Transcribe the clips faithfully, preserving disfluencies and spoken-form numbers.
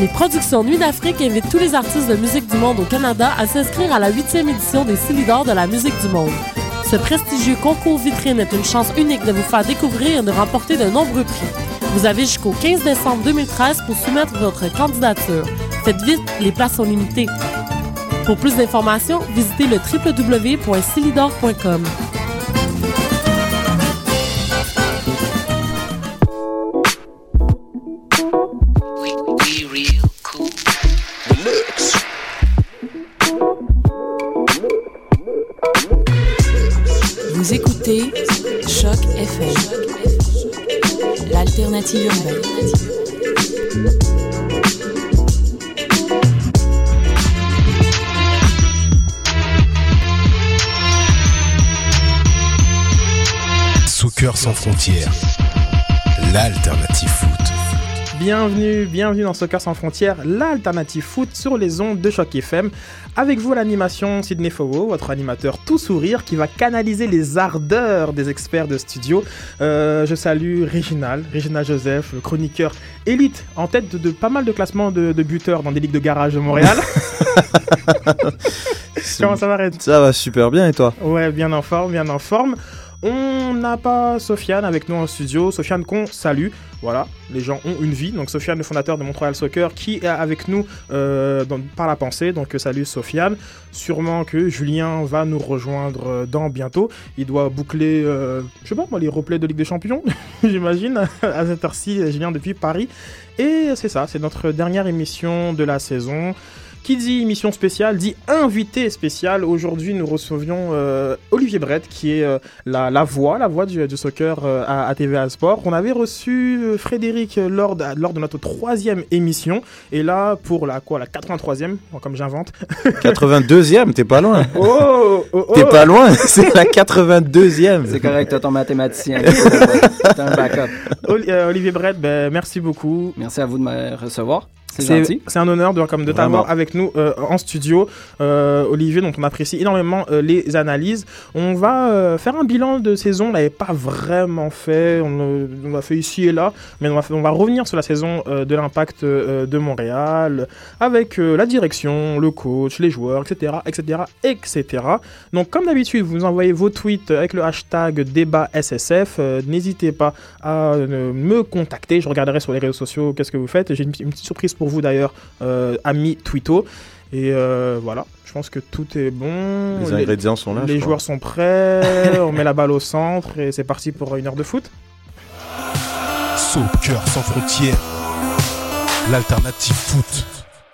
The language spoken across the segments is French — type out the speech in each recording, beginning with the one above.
Les productions Nuit d'Afrique invitent tous les artistes de musique du monde au Canada à s'inscrire à la huitième édition des Silidor de la musique du monde. Ce prestigieux concours vitrine est une chance unique de vous faire découvrir et de remporter de nombreux prix. Vous avez jusqu'au quinze décembre deux mille treize pour soumettre votre candidature. Faites vite, les places sont limitées. Pour plus d'informations, visitez le w w w point silidor point com. Vous écoutez Choc F M, l'alternative urbaine. Soccer sans frontières, l'alternative foot. Bienvenue, bienvenue dans Soccer sans frontières, l'alternative foot sur les ondes de Choc F M. Avec vous à l'animation, Sidney Fowo, votre animateur tout sourire qui va canaliser les ardeurs des experts de studio. Euh, je salue Réginal, Réginal Joseph, le chroniqueur élite en tête de, de pas mal de classements de, de buteurs dans des ligues de garage de Montréal. Comment ça va, Red? Ça va super bien, et toi? Ouais, bien en forme, bien en forme. On n'a pas Sofiane avec nous en studio. Sofiane qu'on salue. Voilà, les gens ont une vie. Donc Sofiane, le fondateur de Montréal Soccer, qui est avec nous euh, dans, par la pensée. Donc salut Sofiane. Sûrement que Julien va nous rejoindre dans bientôt. Il doit boucler, euh, je sais pas moi, les replays de Ligue des Champions, j'imagine, à cette heure-ci, Julien depuis Paris. Et c'est ça, c'est notre dernière émission de la saison. Qui dit émission spéciale, dit invité spécial. Aujourd'hui, nous recevions euh, Olivier Brett, qui est euh, la, la voix, la voix du, du soccer euh, à, à T V A Sport. On avait reçu euh, Frédéric lors de, lors de notre troisième émission. Et là, pour la, quoi, la quatre-vingt-troisième, bon, comme j'invente. quatre-vingt-deuxième, t'es pas loin. Oh, oh, oh. T'es pas loin, c'est la quatre-vingt-deuxième. C'est correct, t'as ton mathématicien. T'as un backup. Olivier Brett, ben, merci beaucoup. Merci à vous de me recevoir. C'est, c'est gentil. C'est un honneur de, comme de t'avoir avec nous euh, en studio. Euh, Olivier, dont on apprécie énormément euh, les analyses. On va euh, faire un bilan de saison. On l'avait pas vraiment fait. On, on l'a fait ici et là. Mais on va, on va revenir sur la saison euh, de l'Impact euh, de Montréal avec euh, la direction, le coach, les joueurs, et cetera, et cetera, et cetera. Donc, comme d'habitude, vous nous envoyez vos tweets avec le hashtag débat S S F. Euh, n'hésitez pas à euh, me contacter. Je regarderai sur les réseaux sociaux qu'est-ce que vous faites. J'ai une, une petite surprise pour vous d'ailleurs, euh, ami Twito. Et euh, voilà, je pense que tout est bon. Les, les ingrédients sont là. Les joueurs sont prêts, on met la balle au centre et c'est parti pour une heure de foot. Soccer sans frontières, l'alternative foot.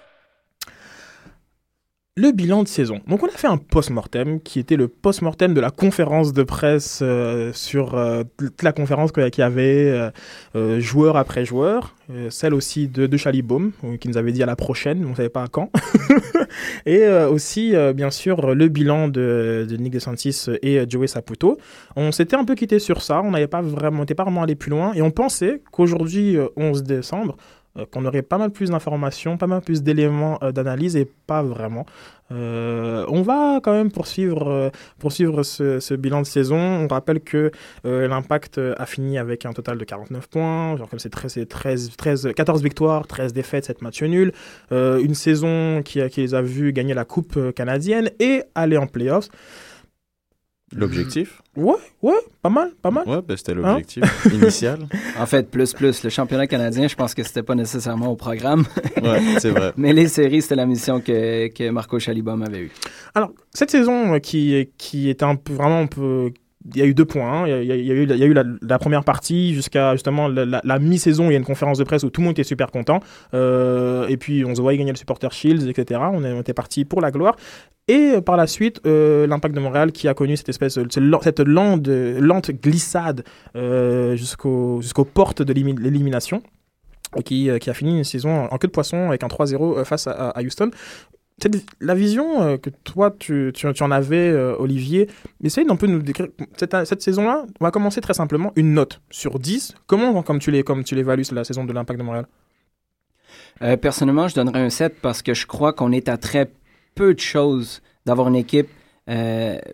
Le bilan de saison. Donc on a fait un post-mortem qui était le post-mortem de la conférence de presse euh, sur euh, toute la conférence qu'il y avait euh, euh, joueur après joueur, euh, celle aussi de, de Chalibaume euh, qui nous avait dit à la prochaine, on ne savait pas à quand. Et euh, aussi euh, bien sûr le bilan de, de Nick DeSantis et euh, Joey Saputo. On s'était un peu quitté sur ça, on n'avait pas vraiment, on n'était pas vraiment allé plus loin et on pensait qu'aujourd'hui euh, onze décembre, qu'on aurait pas mal plus d'informations, pas mal plus d'éléments euh, d'analyse et pas vraiment. Euh, on va quand même poursuivre, euh, poursuivre ce, ce bilan de saison. On rappelle que euh, l'Impact a fini avec un total de quarante-neuf points, genre comme c'est, treize, c'est treize, treize, quatorze victoires, treize défaites, sept matchs nuls. Euh, une saison qui, qui les a vus gagner la Coupe canadienne et aller en play-offs. L'objectif? Ouais, ouais, pas mal, pas mal. Ouais, ben c'était l'objectif hein? initial. En fait, plus, plus. Le championnat canadien, je pense que c'était pas nécessairement au programme. Ouais, c'est vrai. Mais les séries, c'était la mission que, que Marco Chalibaume avait eue. Alors, cette saison qui, qui était un peu, vraiment un peu... Il y a eu deux points. Hein. Il, y a, il, y a eu, il y a eu la, la première partie jusqu'à justement la, la, la mi-saison. Il y a une conférence de presse où tout le monde était super content. Euh, et puis, on se voyait gagner le Supporter Shield, et cetera. On, est, on était parti pour la gloire. Et par la suite, euh, l'Impact de Montréal qui a connu cette espèce, cette lente, lente glissade euh, jusqu'au, jusqu'aux portes de l'élimination, qui, qui a fini une saison en queue de poisson avec un trois zéro face à, à Houston. C'est la vision euh, que toi, tu, tu, tu en avais, euh, Olivier, essaye d'un peu nous décrire cette, cette saison-là. On va commencer très simplement, une note sur dix. Comment comme tu, les, comme tu l'évalues la saison de l'Impact de Montréal? euh, Personnellement, je donnerais un sept parce que je crois qu'on est à très peu de choses d'avoir une équipe euh,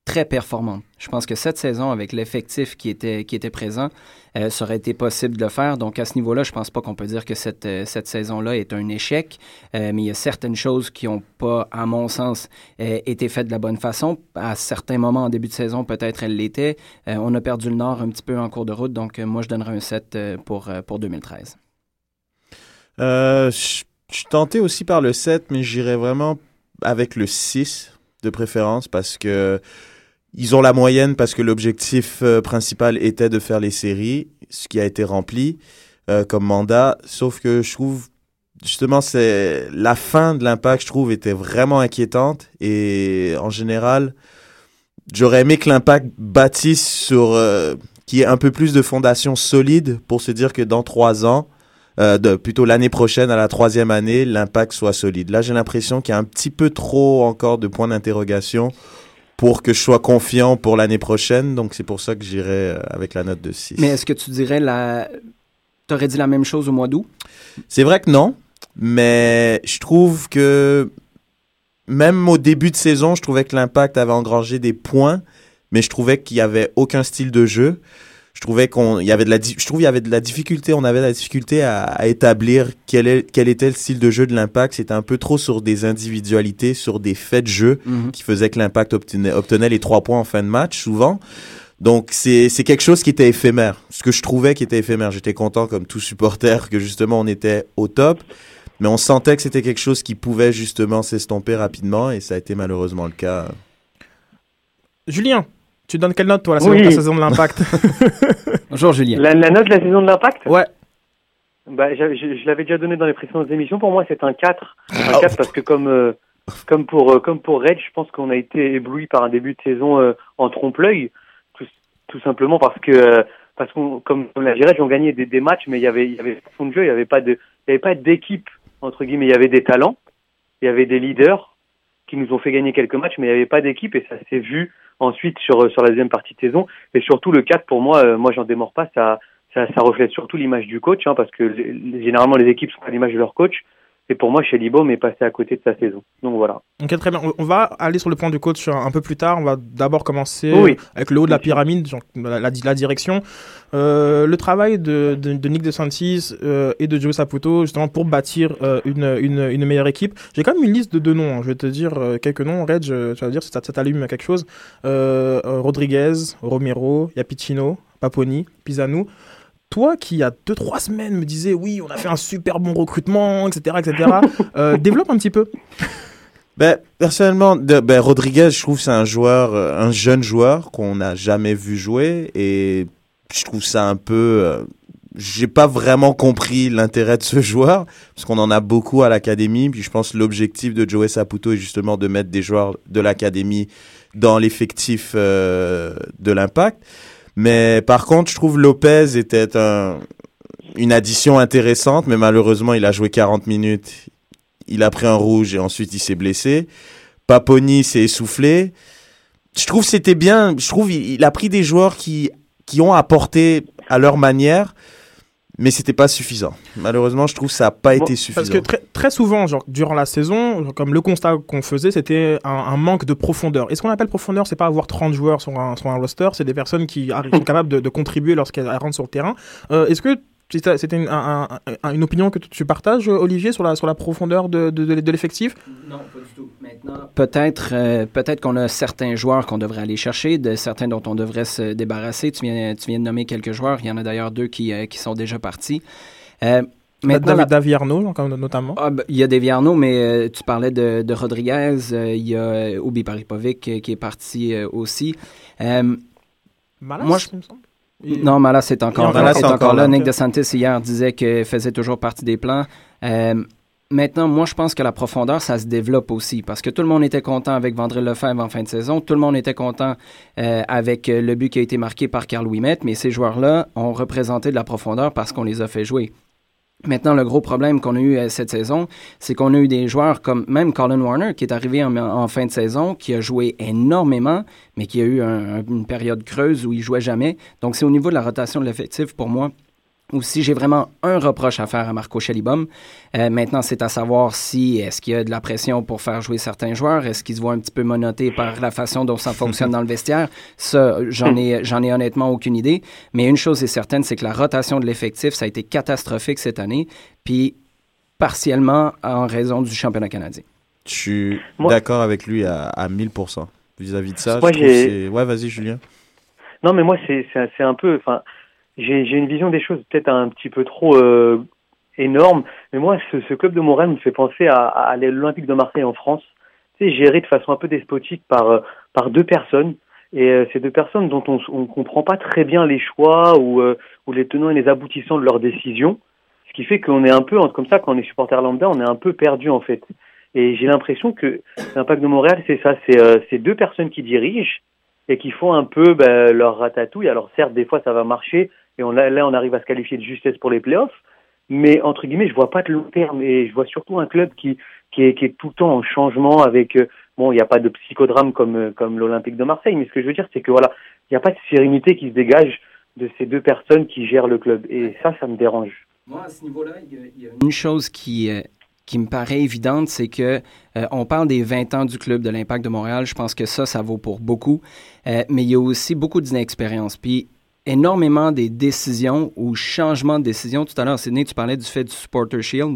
très performante. Je pense que cette saison, avec l'effectif qui était, qui était présent, euh, ça aurait été possible de le faire. Donc, à ce niveau-là, je pense pas qu'on peut dire que cette, euh, cette saison-là est un échec. Euh, mais il y a certaines choses qui n'ont pas, à mon sens, euh, été faites de la bonne façon. À certains moments en début de saison, peut-être elles l'étaient. Euh, on a perdu le nord un petit peu en cours de route. Donc, euh, moi, je donnerais un sept euh, pour, euh, pour deux mille treize. Euh, je je suis tenté aussi par le sept, mais j'irais vraiment avec le six de préférence parce que ils ont la moyenne parce que l'objectif euh, principal était de faire les séries, ce qui a été rempli euh, comme mandat. Sauf que je trouve, justement, c'est la fin de l'Impact, je trouve, était vraiment inquiétante. Et en général, j'aurais aimé que l'Impact bâtisse sur, euh, qu'il y ait un peu plus de fondation solide pour se dire que dans trois ans, Euh, de, plutôt l'année prochaine, à la troisième année, l'impact soit solide. Là, j'ai l'impression qu'il y a un petit peu trop encore de points d'interrogation pour que je sois confiant pour l'année prochaine. Donc, c'est pour ça que j'irai avec la note de six. Mais est-ce que tu dirais la... T'aurais dit la même chose au mois d'août? C'est vrai que non, mais je trouve que même au début de saison, je trouvais que l'impact avait engrangé des points, mais je trouvais qu'il n'y avait aucun style de jeu. Je trouvais qu'on, il y avait de la, je trouve il y avait de la difficulté, on avait de la difficulté à, à établir quel est, quel était le style de jeu de l'Impact. C'était un peu trop sur des individualités, sur des faits de jeu mm-hmm. qui faisaient que l'Impact obtenait, obtenait les trois points en fin de match, souvent. Donc, c'est, c'est quelque chose qui était éphémère. Ce que je trouvais qui était éphémère. J'étais content, comme tout supporter, que justement, on était au top. Mais on sentait que c'était quelque chose qui pouvait justement s'estomper rapidement et ça a été malheureusement le cas. Julien, tu donnes quelle note, toi, la saison, oui. la saison de l'Impact? Bonjour, Julien. La, la note de la saison de l'Impact? Ouais. Bah, je, je, je l'avais déjà donné dans les précédentes émissions. Pour moi, c'est un quatre. Un quatre parce que comme, euh, comme pour, euh, comme pour Red, je pense qu'on a été ébloui par un début de saison euh, en trompe-l'œil. Tout, tout simplement parce que, euh, parce qu'on, comme on l'a dit, Red, on gagnait des, des matchs, mais il y avait, il y avait fond de jeu, il y avait pas de, il y avait pas d'équipe, entre guillemets. Il y avait des talents, il y avait des leaders qui nous ont fait gagner quelques matchs, mais il n'y avait pas d'équipe et ça s'est vu ensuite sur sur la deuxième partie de saison. Et surtout le quatre, pour moi, euh, moi j'en démords pas, ça, ça ça reflète surtout l'image du coach, hein, parce que les, généralement les équipes sont à l'image de leur coach. Et pour moi, Shelly Baum est passé à côté de sa saison. Donc voilà. Ok, très bien. On va aller sur le point du coach un peu plus tard. On va d'abord commencer oui. avec le haut de la pyramide, genre la, la, la direction. Euh, le travail de, de, de Nick DeSantis euh, et de Joey Saputo, justement, pour bâtir euh, une, une, une meilleure équipe. J'ai quand même une liste de deux noms. Hein. Je vais te dire euh, quelques noms. Reg, tu vas dire si ça, ça t'allume quelque chose. Euh, euh, Rodriguez, Romero, Yapicino, Paponi, Pisano. Toi qui, il y a deux, trois semaines, me disais, oui, on a fait un super bon recrutement, et cetera, et cetera. euh, développe un petit peu. Ben, personnellement, de, ben, Rodriguez, je trouve que c'est un joueur, un jeune joueur qu'on n'a jamais vu jouer et je trouve ça un peu... Euh, j'ai pas vraiment compris l'intérêt de ce joueur parce qu'on en a beaucoup à l'académie. Puis je pense que l'objectif de Joey Saputo est justement de mettre des joueurs de l'académie dans l'effectif euh, de l'Impact. Mais par contre, je trouve Lopez était un, une addition intéressante, mais malheureusement, il a joué quarante minutes. Il a pris un rouge et ensuite il s'est blessé. Paponi s'est essoufflé. Je trouve que c'était bien. Je trouve il, il a pris des joueurs qui, qui ont apporté à leur manière, mais c'était pas suffisant. Malheureusement, je trouve que ça n'a pas bon, été suffisant. Parce que très, très souvent, genre, durant la saison, genre, comme le constat qu'on faisait, c'était un, un manque de profondeur. Et ce qu'on appelle profondeur, c'est pas avoir trente joueurs sur un, sur un roster, c'est des personnes qui sont capables de, de contribuer lorsqu'elles rentrent sur le terrain. Euh, est-ce que c'était une, un, un, une opinion que tu partages, Olivier, sur la, sur la profondeur de, de, de, de l'effectif? Non, pas du tout. Maintenant, peut-être, euh, peut-être qu'on a certains joueurs qu'on devrait aller chercher, de certains dont on devrait se débarrasser. Tu viens, tu viens de nommer quelques joueurs. Il y en a d'ailleurs deux qui, euh, qui sont déjà partis. Euh, Maintenant, David, David Arnaud, notamment. Ah, ben, il y a David Arnaud, mais euh, tu parlais de, de Rodriguez. Euh, il y a euh, Ubi Paripovic euh, qui est parti euh, aussi. Euh, Malas, moi, je... il me semble. Et... Non, Malas est encore, Malas est encore, encore là. là. Nick DeSantis, hier, disait qu'il faisait toujours partie des plans. Euh, maintenant, moi, je pense que la profondeur, ça se développe aussi. Parce que tout le monde était content avec Vandrel Lefebvre en fin de saison. Tout le monde était content euh, avec le but qui a été marqué par Carl Ouimet. Mais ces joueurs-là ont représenté de la profondeur parce qu'on les a fait jouer. Maintenant, le gros problème qu'on a eu euh, cette saison, c'est qu'on a eu des joueurs comme même Colin Warner, qui est arrivé en, en fin de saison, qui a joué énormément, mais qui a eu un, une période creuse où il jouait jamais. Donc, c'est au niveau de la rotation de l'effectif, pour moi, ou si j'ai vraiment un reproche à faire à Marco Chalibom. Euh, maintenant, c'est à savoir si est-ce qu'il y a de la pression pour faire jouer certains joueurs, est-ce qu'il se voit un petit peu menotté par la façon dont ça fonctionne dans le vestiaire. Ça, j'en ai, j'en ai honnêtement aucune idée. Mais une chose est certaine, c'est que la rotation de l'effectif, ça a été catastrophique cette année, puis partiellement en raison du championnat canadien. Je suis Moi, d'accord avec lui à, à mille pour cent vis-à-vis de ça. Moi, je trouve j'ai- c'est... Ouais, vas-y, Julien. Non, mais moi, c'est, c'est, c'est un peu, enfin, j'ai, j'ai une vision des choses peut-être un petit peu trop euh, énorme, mais moi, ce, ce club de Montréal me fait penser à, à l'Olympique de Marseille en France, tu sais, géré de façon un peu despotique par euh, par deux personnes, et euh, ces deux personnes dont on on comprend pas très bien les choix ou euh, ou les tenants et les aboutissants de leurs décisions, ce qui fait qu'on est un peu comme ça quand on est supporter lambda, on est un peu perdu en fait. Et j'ai l'impression que l'Impact de Montréal, c'est ça, c'est euh, c'est deux personnes qui dirigent et qui font un peu ben, leur ratatouille. Alors certes, des fois ça va marcher et on, là on arrive à se qualifier de justesse pour les playoffs, mais entre guillemets, je vois pas de long terme et je vois surtout un club qui qui est, qui est tout le temps en changement avec euh, bon, il n'y a pas de psychodrame comme euh, comme l'Olympique de Marseille, mais ce que je veux dire, c'est que voilà, il n'y a pas de sérénité qui se dégage de ces deux personnes qui gèrent le club et ça, ça me dérange. Moi, à ce niveau-là, il y a, il y a une chose qui, euh, qui me paraît évidente, c'est que euh, on parle des vingt ans du club de l'Impact de Montréal. Je pense que ça, ça vaut pour beaucoup. Euh, mais il y a aussi beaucoup d'inexpérience. Puis énormément des décisions ou changements de décisions. Tout à l'heure, Sidney, tu parlais du fait du Supporter Shield.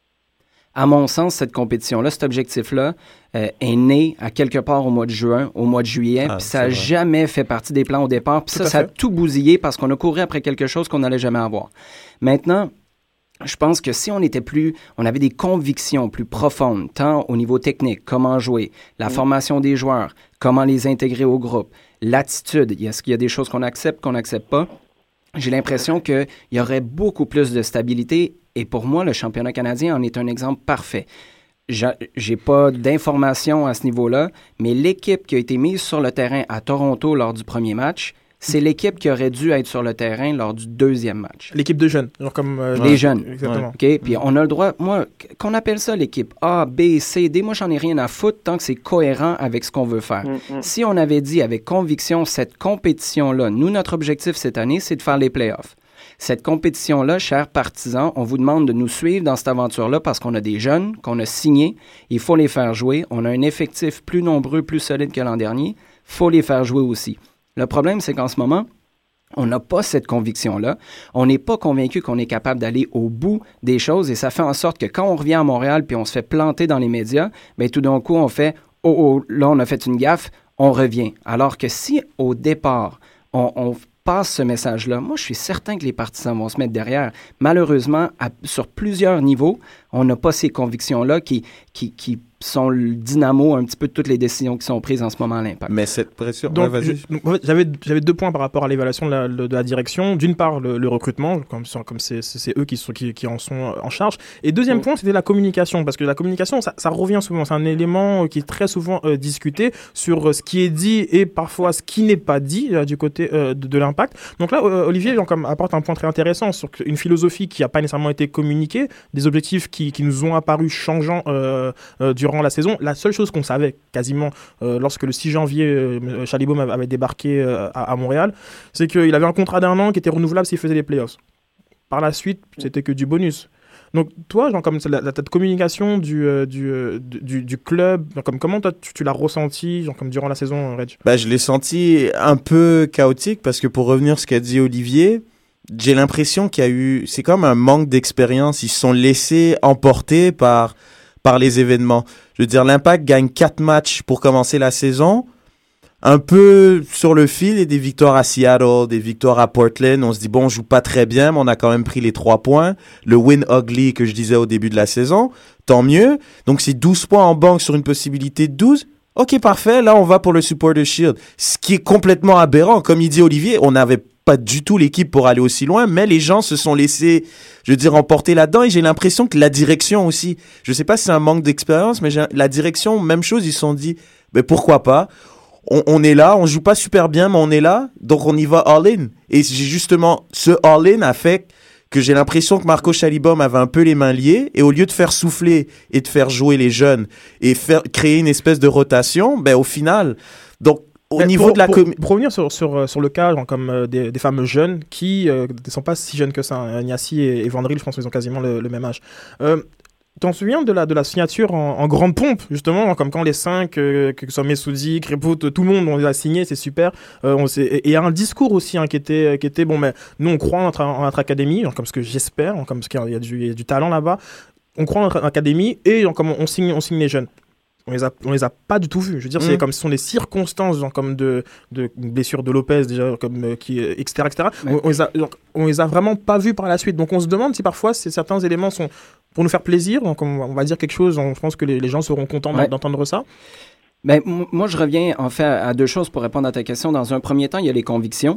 À mon sens, cette compétition-là, cet objectif-là, euh, est né à quelque part au mois de juin, au mois de juillet, Ah, puis c'est ça n'a vrai. jamais fait partie des plans au départ. Puis Tout ça, à ça a fait. tout bousillé parce qu'on a couru après quelque chose qu'on n'allait jamais avoir. Maintenant, je pense que si on était plus, on avait des convictions plus profondes, tant au niveau technique, comment jouer, la formation des joueurs, comment les intégrer au groupe, l'attitude, est-ce qu'il y a des choses qu'on accepte, qu'on n'accepte pas, j'ai l'impression qu'il y aurait beaucoup plus de stabilité. Et pour moi, le championnat canadien en est un exemple parfait. J'a- J'ai pas d'informations à ce niveau-là, mais l'équipe qui a été mise sur le terrain à Toronto lors du premier match, c'est l'équipe qui aurait dû être sur le terrain lors du deuxième match. L'équipe de jeunes, genre comme euh, Les jeunes. Exactement. OK? Puis on a le droit, moi, qu'on appelle ça l'équipe A, B, C, D, moi, j'en ai rien à foutre tant que c'est cohérent avec ce qu'on veut faire. Mm, mm. Si on avait dit avec conviction cette compétition-là, nous, notre objectif cette année, c'est de faire les playoffs. Cette compétition-là, chers partisans, on vous demande de nous suivre dans cette aventure-là parce qu'on a des jeunes qu'on a signés. Il faut les faire jouer. On a un effectif plus nombreux, plus solide que l'an dernier. Il faut les faire jouer aussi. Le problème, c'est qu'en ce moment, on n'a pas cette conviction-là. On n'est pas convaincu qu'on est capable d'aller au bout des choses et ça fait en sorte que quand on revient à Montréal puis on se fait planter dans les médias, bien, tout d'un coup, on fait « Oh, oh, là, on a fait une gaffe, on revient ». Alors que si, au départ, on, on passe ce message-là, moi, je suis certain que les partisans vont se mettre derrière. Malheureusement, à- sur plusieurs niveaux, on n'a pas ces convictions-là qui, qui, qui sont le dynamo un petit peu de toutes les décisions qui sont prises en ce moment à l'Impact. Mais cette pression... Donc, ouais, vas-y. je- donc, en fait, j'avais, j'avais deux points par rapport à l'évaluation de la, de, de la direction. D'une part, le, le recrutement, comme, comme c'est, c'est, c'est eux qui, sont, qui, qui en sont en charge. Et deuxième Mm. point, c'était la communication. Parce que la communication, ça, ça revient souvent. C'est un élément qui est très souvent euh, discuté sur euh, ce qui est dit et parfois ce qui n'est pas dit euh, du côté euh, de, de l'impact. Donc là, euh, Olivier genre, comme, apporte un point très intéressant sur une philosophie qui n'a pas nécessairement été communiquée, des objectifs qui, qui nous ont apparu changeants euh, euh, durant la saison. La seule chose qu'on savait quasiment euh, lorsque le six janvier, euh, Chalibom avait, avait débarqué euh, à, à Montréal, c'est qu'il avait un contrat d'un an qui était renouvelable s'il faisait les playoffs. Par la suite, c'était que du bonus. Donc toi, genre, comme la, la, la communication du, euh, du, euh, du, du club, genre, comme, comment toi, tu, tu l'as ressenti genre, comme durant la saison, Reg? Bah, je l'ai senti un peu chaotique parce que pour revenir à ce qu'a dit Olivier, j'ai l'impression qu'il y a eu, c'est comme un manque d'expérience. Ils se sont laissés emporter par, par les événements. Je veux dire, l'Impact gagne quatre matchs pour commencer la saison, un peu sur le fil, et des victoires à Seattle, des victoires à Portland. On se dit, bon, on joue pas très bien, mais on a quand même pris les trois points. Le win ugly que je disais au début de la saison, tant mieux. Donc, c'est douze points en banque sur une possibilité de douze. Ok, parfait. Là, on va pour le Supporter Shield. Ce qui est complètement aberrant. Comme il dit Olivier, on n'avait pas du tout l'équipe pour aller aussi loin, mais les gens se sont laissés, je veux dire, emporter là-dedans, et j'ai l'impression que la direction aussi, je sais pas si c'est un manque d'expérience, mais j'ai, la direction, même chose, ils se sont dit, mais pourquoi pas? On, on est là, on joue pas super bien, mais on est là, donc on y va all-in. Et j'ai justement, ce all-in a fait que j'ai l'impression que Marco Chalibom avait un peu les mains liées, et au lieu de faire souffler et de faire jouer les jeunes et faire créer une espèce de rotation, ben au final, donc au Mais niveau pour, de la pour, commu- pour revenir sur, sur, sur le cas genre, comme euh, des, des fameux jeunes qui euh, ne sont pas si jeunes que ça, hein. Niassi et, et Vandril, je pense qu'ils ont quasiment le, le même âge. Euh, T'en souviens de la, de la signature en, en grande pompe, justement, comme quand les cinq, euh, que ce soit Messoudi, Crépout, tout le monde, on les a signés, c'est super. Euh, on s'est- et il y a un discours aussi hein, qui, était, qui était, bon, mais nous on croit en notre, en notre académie, genre, comme ce que j'espère, genre, comme ce qu'il y a, il y a du, il y a du talent là-bas. On croit en notre académie et genre, comme on, on, signe, on signe les jeunes. On les a, on les a pas du tout vus. Je veux dire, Mm. c'est comme ce sont des circonstances, genre comme de, de blessure de Lopez déjà, comme euh, qui, et cetera, et cetera. Mais- On, on les a, genre, on les a vraiment pas vus par la suite. Donc on se demande si parfois ces, certains éléments sont pour nous faire plaisir. Donc on, va- on va dire quelque chose. On, je pense que les, les gens seront contents Ouais. d'entendre ça. Ben, m- moi, je reviens en fait à deux choses pour répondre à ta question. Dans un premier temps, il y a les convictions.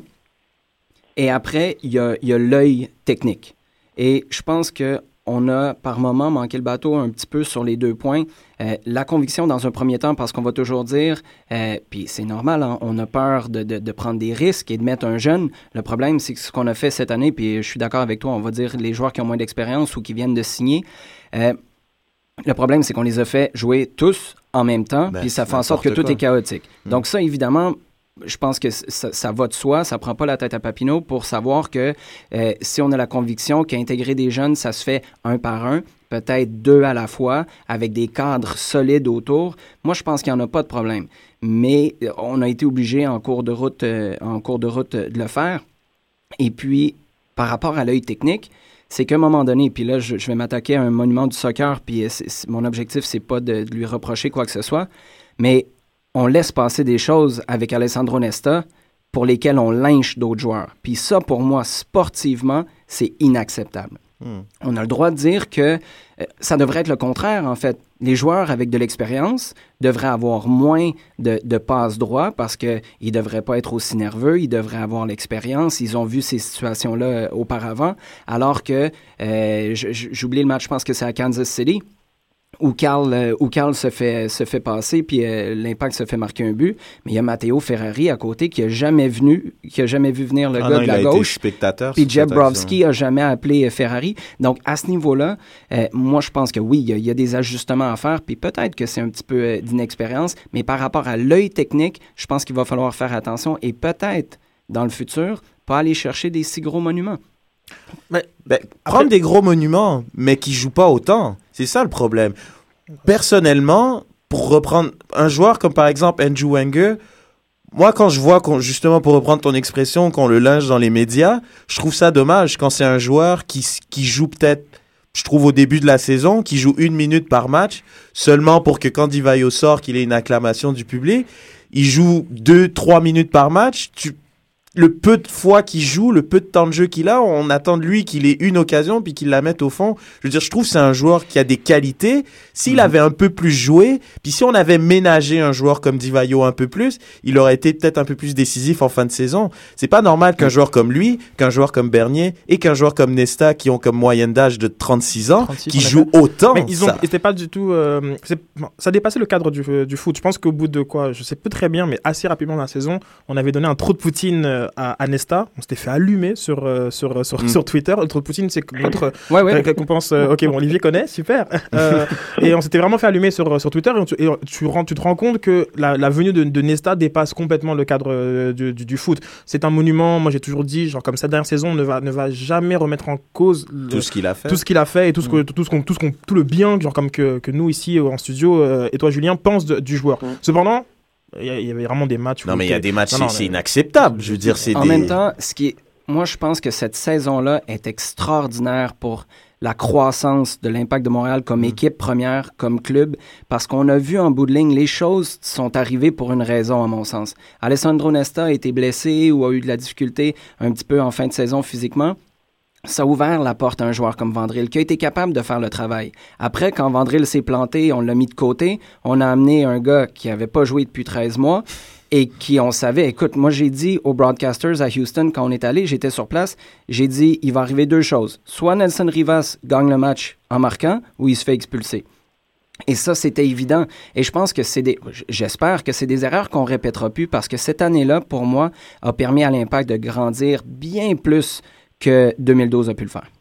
Et après, il y a, il y a l'œil technique. Et je pense que on a par moment manqué le bateau un petit peu sur les deux points. Euh, la conviction dans un premier temps, parce qu'on va toujours dire, euh, puis c'est normal, hein, on a peur de, de, de prendre des risques et de mettre un jeune. Le problème, c'est que ce qu'on a fait cette année, puis je suis d'accord avec toi, on va dire les joueurs qui ont moins d'expérience ou qui viennent de signer. Euh, le problème, c'est qu'on les a fait jouer tous en même temps, Ben, puis ça c'est fait en sorte que n'importe tout quoi. est chaotique. Mm. Donc ça, évidemment, je pense que c- ça, ça va de soi, ça prend pas la tête à Papineau pour savoir que euh, si on a la conviction qu'intégrer des jeunes, ça se fait un par un, peut-être deux à la fois, avec des cadres solides autour. Moi, je pense qu'il n'y en a pas de problème. Mais euh, on a été obligé en cours de route, euh, en cours de route euh, de le faire. Et puis, par rapport à l'œil technique, c'est qu'à un moment donné, puis là, je, je vais m'attaquer à un monument du soccer, puis euh, c'est- c'est- mon objectif, c'est pas de, de lui reprocher quoi que ce soit, mais on laisse passer des choses avec Alessandro Nesta pour lesquelles on lynche d'autres joueurs. Puis ça, pour moi, sportivement, c'est inacceptable. Hmm. On a le droit de dire que euh, ça devrait être le contraire, en fait. Les joueurs avec de l'expérience devraient avoir moins de, de passes droits parce qu'ils ne devraient pas être aussi nerveux, ils devraient avoir l'expérience, ils ont vu ces situations-là euh, auparavant, alors que, euh, j- j- j'oublie le match, je pense que c'est à Kansas City, où Carl, euh, où Carl se fait, se fait passer, puis euh, l'Impact se fait marquer un but, mais il y a Matteo Ferrari à côté qui n'a jamais, venu, qui a jamais vu venir le Ah gars non, de il la a été gauche. spectateur. Puis sur cette Jebrowski a jamais appelé euh, Ferrari. Donc, à ce niveau-là, euh, moi, je pense que oui, il y, a- il y a des ajustements à faire, puis peut-être que c'est un petit peu euh, d'inexpérience, mais par rapport à l'œil technique, je pense qu'il va falloir faire attention et peut-être, dans le futur, pas aller chercher des si gros monuments. Ben, prendre des gros monuments, mais qui jouent pas autant. C'est ça le problème. Personnellement, pour reprendre un joueur comme par exemple Andrew Wenger, moi quand je vois qu'on, justement pour reprendre ton expression, qu'on le linge dans les médias, je trouve ça dommage quand c'est un joueur qui, s- qui joue peut-être, je trouve au début de la saison, qui joue une minute par match, seulement pour que quand Divayo sort, qu'il ait une acclamation du public. Il joue deux, trois minutes par match. Tu, le peu de fois qu'il joue, le peu de temps de jeu qu'il a, on attend de lui qu'il ait une occasion puis qu'il la mette au fond. Je veux dire, je trouve que c'est un joueur qui a des qualités. S'il Mhm. avait un peu plus joué, puis si on avait ménagé un joueur comme Divayo un peu plus, il aurait été peut-être un peu plus décisif en fin de saison. C'est pas normal qu'un joueur comme lui, qu'un joueur comme Bernier et qu'un joueur comme Nesta, qui ont comme moyenne d'âge de trente-six ans, trente-six, qui en effet. jouent autant. Mais ils ont, ça- c'était pas du tout. euh, c'est- bon, ça dépassait le cadre du, euh, du foot. Je pense qu'au bout de quoi, je sais plus très bien, mais assez rapidement dans la saison, on avait donné un trop de Poutine euh, à, à Nesta. On s'était fait allumer sur euh, sur sur, Mm. sur Twitter. Le trop de Poutine, c'est que notre Ouais, ouais. récompense. euh, ok, bon, Olivier connaît, super. Euh, et on s'était vraiment fait allumer sur sur Twitter. Et, tu, et tu, rends- tu te rends compte que la, la venue de, de Nesta dépasse complètement le cadre euh, du, du, du foot. C'est un monument. Moi, j'ai toujours dit, genre comme cette dernière saison ne va ne va jamais remettre en cause le- tout ce qu'il a fait. tout ce qu'il a fait et tout ce que, tout ce qu'on, tout ce qu'on, tout le bien genre comme que, que nous ici euh, en studio euh, et toi Julien pense de- du joueur. Mm. Cependant, il y, a- il y avait vraiment des matchs. Non, où mais il y a t'es- des matchs, Non, non, c'est, c'est mais- inacceptable. Je veux dire, c'est En des... même temps, ce qui est, moi, je pense que cette saison-là est extraordinaire pour la croissance de l'Impact de Montréal comme Mm. équipe première, comme club, parce qu'on a vu en bout de ligne, les choses sont arrivées pour une raison, à mon sens. Alessandro Nesta a été blessé ou a eu de la difficulté un petit peu en fin de saison physiquement. Ça a ouvert la porte à un joueur comme Vandril qui a été capable de faire le travail. Après, quand Vandril s'est planté, on l'a mis de côté. On a amené un gars qui n'avait pas joué depuis treize mois et qui, on savait, écoute, moi j'ai dit aux broadcasters à Houston quand on est allé, j'étais sur place, j'ai dit, il va arriver deux choses. Soit Nelson Rivas gagne le match en marquant ou il se fait expulser. Et ça, c'était évident. Et je pense que c'est des... J'espère que c'est des erreurs qu'on répétera plus parce que cette année-là, pour moi, a permis à l'Impact de grandir bien plus que deux mille douze a pu le faire.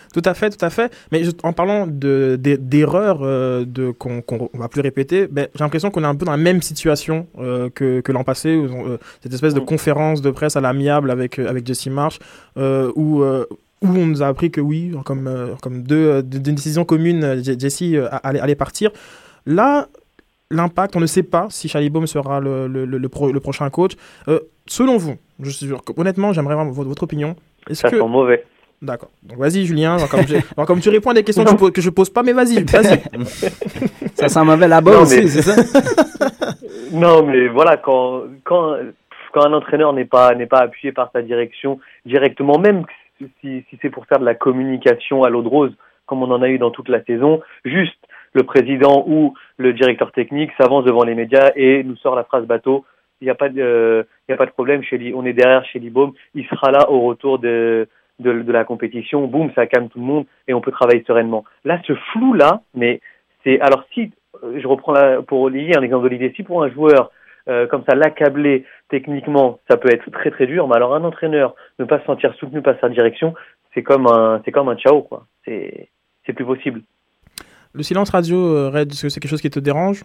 Tout à fait, tout à fait. Mais juste en parlant de, de, d'erreurs euh, de, qu'on qu'on va plus répéter, ben, j'ai l'impression qu'on est un peu dans la même situation euh, que, que l'an passé, où, euh, cette espèce de conférence de presse à l'amiable avec, avec Jesse Marsh, euh, où, euh, où on nous a appris que oui, comme, euh, comme deux, deux, d'une décision commune, Jesse euh, allait, allait partir. Là, l'impact, on ne sait pas si Chalibaume sera le, le, le, le, pro, le prochain coach. Euh, selon vous, je suis, honnêtement, j'aimerais avoir votre, votre opinion. Est-ce ça que... sent mauvais. D'accord. Donc vas-y Julien, comme, je, comme tu réponds à des questions que je, pose, que je pose pas, mais vas-y, vas-y. Ça sent mauvais là-bas Non, aussi, mais... c'est ça? Non, mais voilà, quand, quand, quand un entraîneur n'est pas, n'est pas appuyé par sa direction directement, même si, si c'est pour faire de la communication à l'eau de rose, comme on en a eu dans toute la saison, juste le président ou le directeur technique s'avance devant les médias et nous sort la phrase bateau. Il n'y a pas de, euh, il y a pas de problème, Shelly, on est derrière Chalibaume, il sera là au retour de, de, de la compétition, boum, ça calme tout le monde et on peut travailler sereinement. Là, ce flou-là, mais c'est, alors si, je reprends la, pour lier un exemple d'Olivier, si pour un joueur, euh, comme ça, l'accabler techniquement, ça peut être très très dur, mais alors un entraîneur, ne pas se sentir soutenu par sa direction, c'est comme un, c'est comme un ciao, quoi. C'est, c'est plus possible. Le silence radio, euh, Red, est-ce que c'est quelque chose qui te dérange?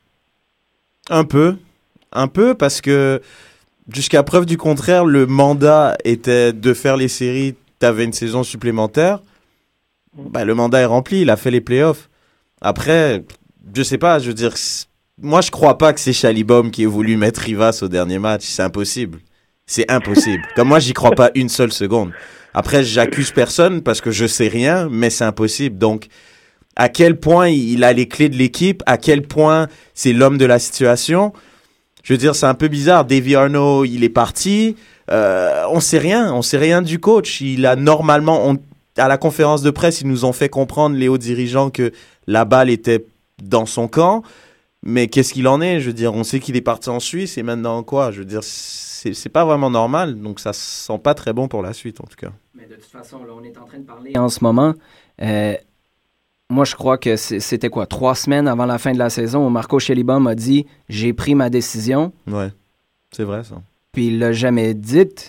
Un peu. Un peu parce que jusqu'à preuve du contraire, le mandat était de faire les séries, t'avais une saison supplémentaire. Bah, le mandat est rempli, il a fait les playoffs. Après, je sais pas, je veux dire, moi je crois pas que c'est Chalibaume qui ait voulu mettre Rivas au dernier match, c'est impossible. C'est impossible. Comme moi, j'y crois pas une seule seconde. Après, j'accuse personne parce que je sais rien, mais c'est impossible. Donc, à quel point il a les clés de l'équipe, à quel point c'est l'homme de la situation. Je veux dire, c'est un peu bizarre. Davy Arnaud, il est parti. Euh, on sait rien. On sait rien du coach. Il a normalement, on, à la conférence de presse, ils nous ont fait comprendre, les hauts dirigeants, que la balle était dans son camp. Mais qu'est-ce qu'il en est? Je veux dire, on sait qu'il est parti en Suisse et maintenant quoi? Je veux dire, c'est, c'est pas vraiment normal. Donc ça sent pas très bon pour la suite, en tout cas. Mais de toute façon, là, on est en train de parler en ce moment. Euh, Moi, je crois que c'était quoi, trois semaines avant la fin de la saison où Marco Chalibaume a dit « J'ai pris ma décision ». Ouais, c'est vrai ça. Puis il l'a jamais dite.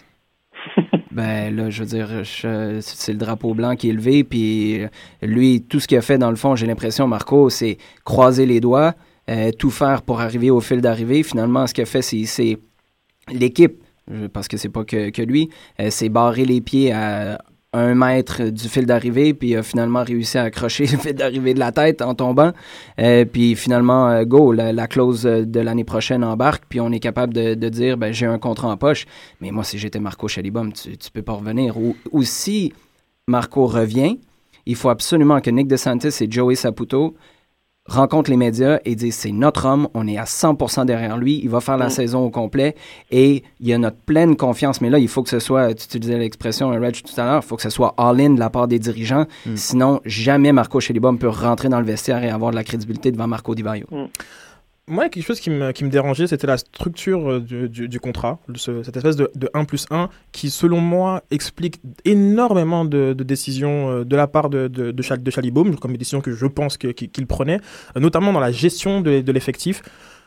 Ben là, je veux dire, je, c'est le drapeau blanc qui est levé. Puis lui, tout ce qu'il a fait, dans le fond, j'ai l'impression, Marco, c'est croiser les doigts, euh, tout faire pour arriver au fil d'arrivée. Finalement, ce qu'il a fait, c'est, c'est l'équipe, parce que c'est pas que, que lui, euh, c'est barrer les pieds à un mètre du fil d'arrivée, puis a finalement réussi à accrocher le fil d'arrivée de la tête en tombant. Euh, puis finalement, euh, go, la, la clause de l'année prochaine embarque, puis on est capable de, de dire, ben j'ai un contrat en poche. Mais moi, si j'étais Marco Chalibaume, tu, tu peux pas revenir. Ou, ou si Marco revient, il faut absolument que Nick DeSantis et Joey Saputo rencontrent les médias et disent c'est notre homme, on est à cent pour cent derrière lui, il va faire la mm. saison au complet et il y a notre pleine confiance. Mais là, il faut que ce soit, tu utilisais l'expression Reg tout à l'heure, il faut que ce soit all-in de la part des dirigeants. Mm. Sinon, jamais Marco Chalibaume peut rentrer dans le vestiaire et avoir de la crédibilité devant Marco Di Vaio. Mm. Moi, quelque chose qui me, qui me dérangeait, c'était la structure du, du, du contrat, ce, cette espèce de, de un plus un qui, selon moi, explique énormément de, de décisions de la part de, de, de, Chal, de Chalibaume, comme des décisions que je pense que, qu'il, qu'il prenait, notamment dans la gestion de, de l'effectif.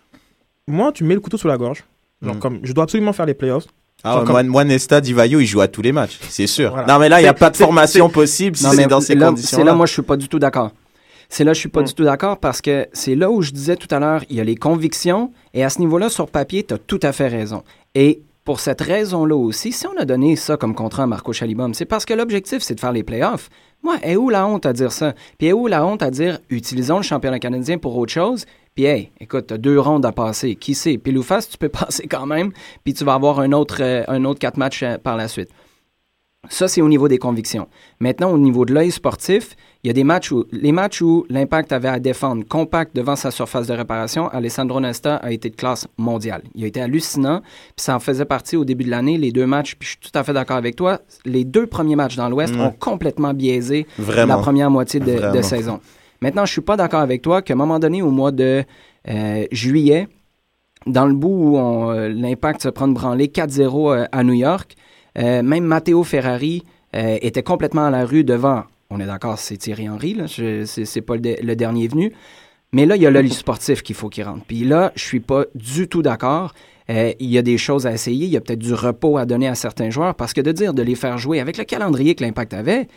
Moi, tu mets le couteau sous la gorge. Genre, mmh. comme, je dois absolument faire les playoffs. Ah, ouais, comme... moi, moi, Nesta, Di Vaio, il joue à tous les matchs, c'est sûr. Voilà. Non, mais là, il n'y a pas de formation c'est, possible si non, c'est dans ces là, conditions-là. C'est là, moi, je ne suis pas du tout d'accord. C'est là, je suis pas mmh. du tout d'accord parce que c'est là où je disais tout à l'heure, il y a les convictions et à ce niveau-là, sur papier, tu as tout à fait raison. Et pour cette raison-là aussi, si on a donné ça comme contrat à Marco Chalibaume, c'est parce que l'objectif, c'est de faire les playoffs. Moi, est où la honte à dire ça? Puis est où la honte à dire, utilisons le championnat canadien pour autre chose? Puis hey, écoute, tu as deux rondes à passer. Qui sait? Pile ou face, tu peux passer quand même, puis tu vas avoir un autre, euh, un autre quatre matchs euh, par la suite. Ça, c'est au niveau des convictions. Maintenant, au niveau de l'œil sportif, il y a des matchs où, les matchs où l'Impact avait à défendre compact devant sa surface de réparation, Alessandro Nesta a été de classe mondiale. Il a été hallucinant, puis ça en faisait partie au début de l'année, les deux matchs, puis je suis tout à fait d'accord avec toi, les deux premiers matchs dans l'Ouest mmh. ont complètement biaisé Vraiment. la première moitié de, de saison. Maintenant, je suis pas d'accord avec toi qu'à un moment donné, au mois de euh, juillet, dans le bout où on, euh, l'Impact se prend de branler quatre zéro euh, à New York, Euh, même Matteo Ferrari euh, était complètement à la rue devant, on est d'accord, c'est Thierry Henry, là, je, c'est, c'est pas le, de, le dernier venu, mais là, il y a l'œil sportif qu'il faut qu'il rentre. Puis là, je suis pas du tout d'accord. Euh, il y a des choses à essayer, il y a peut-être du repos à donner à certains joueurs, parce que de dire de les faire jouer avec le calendrier que l'Impact avait,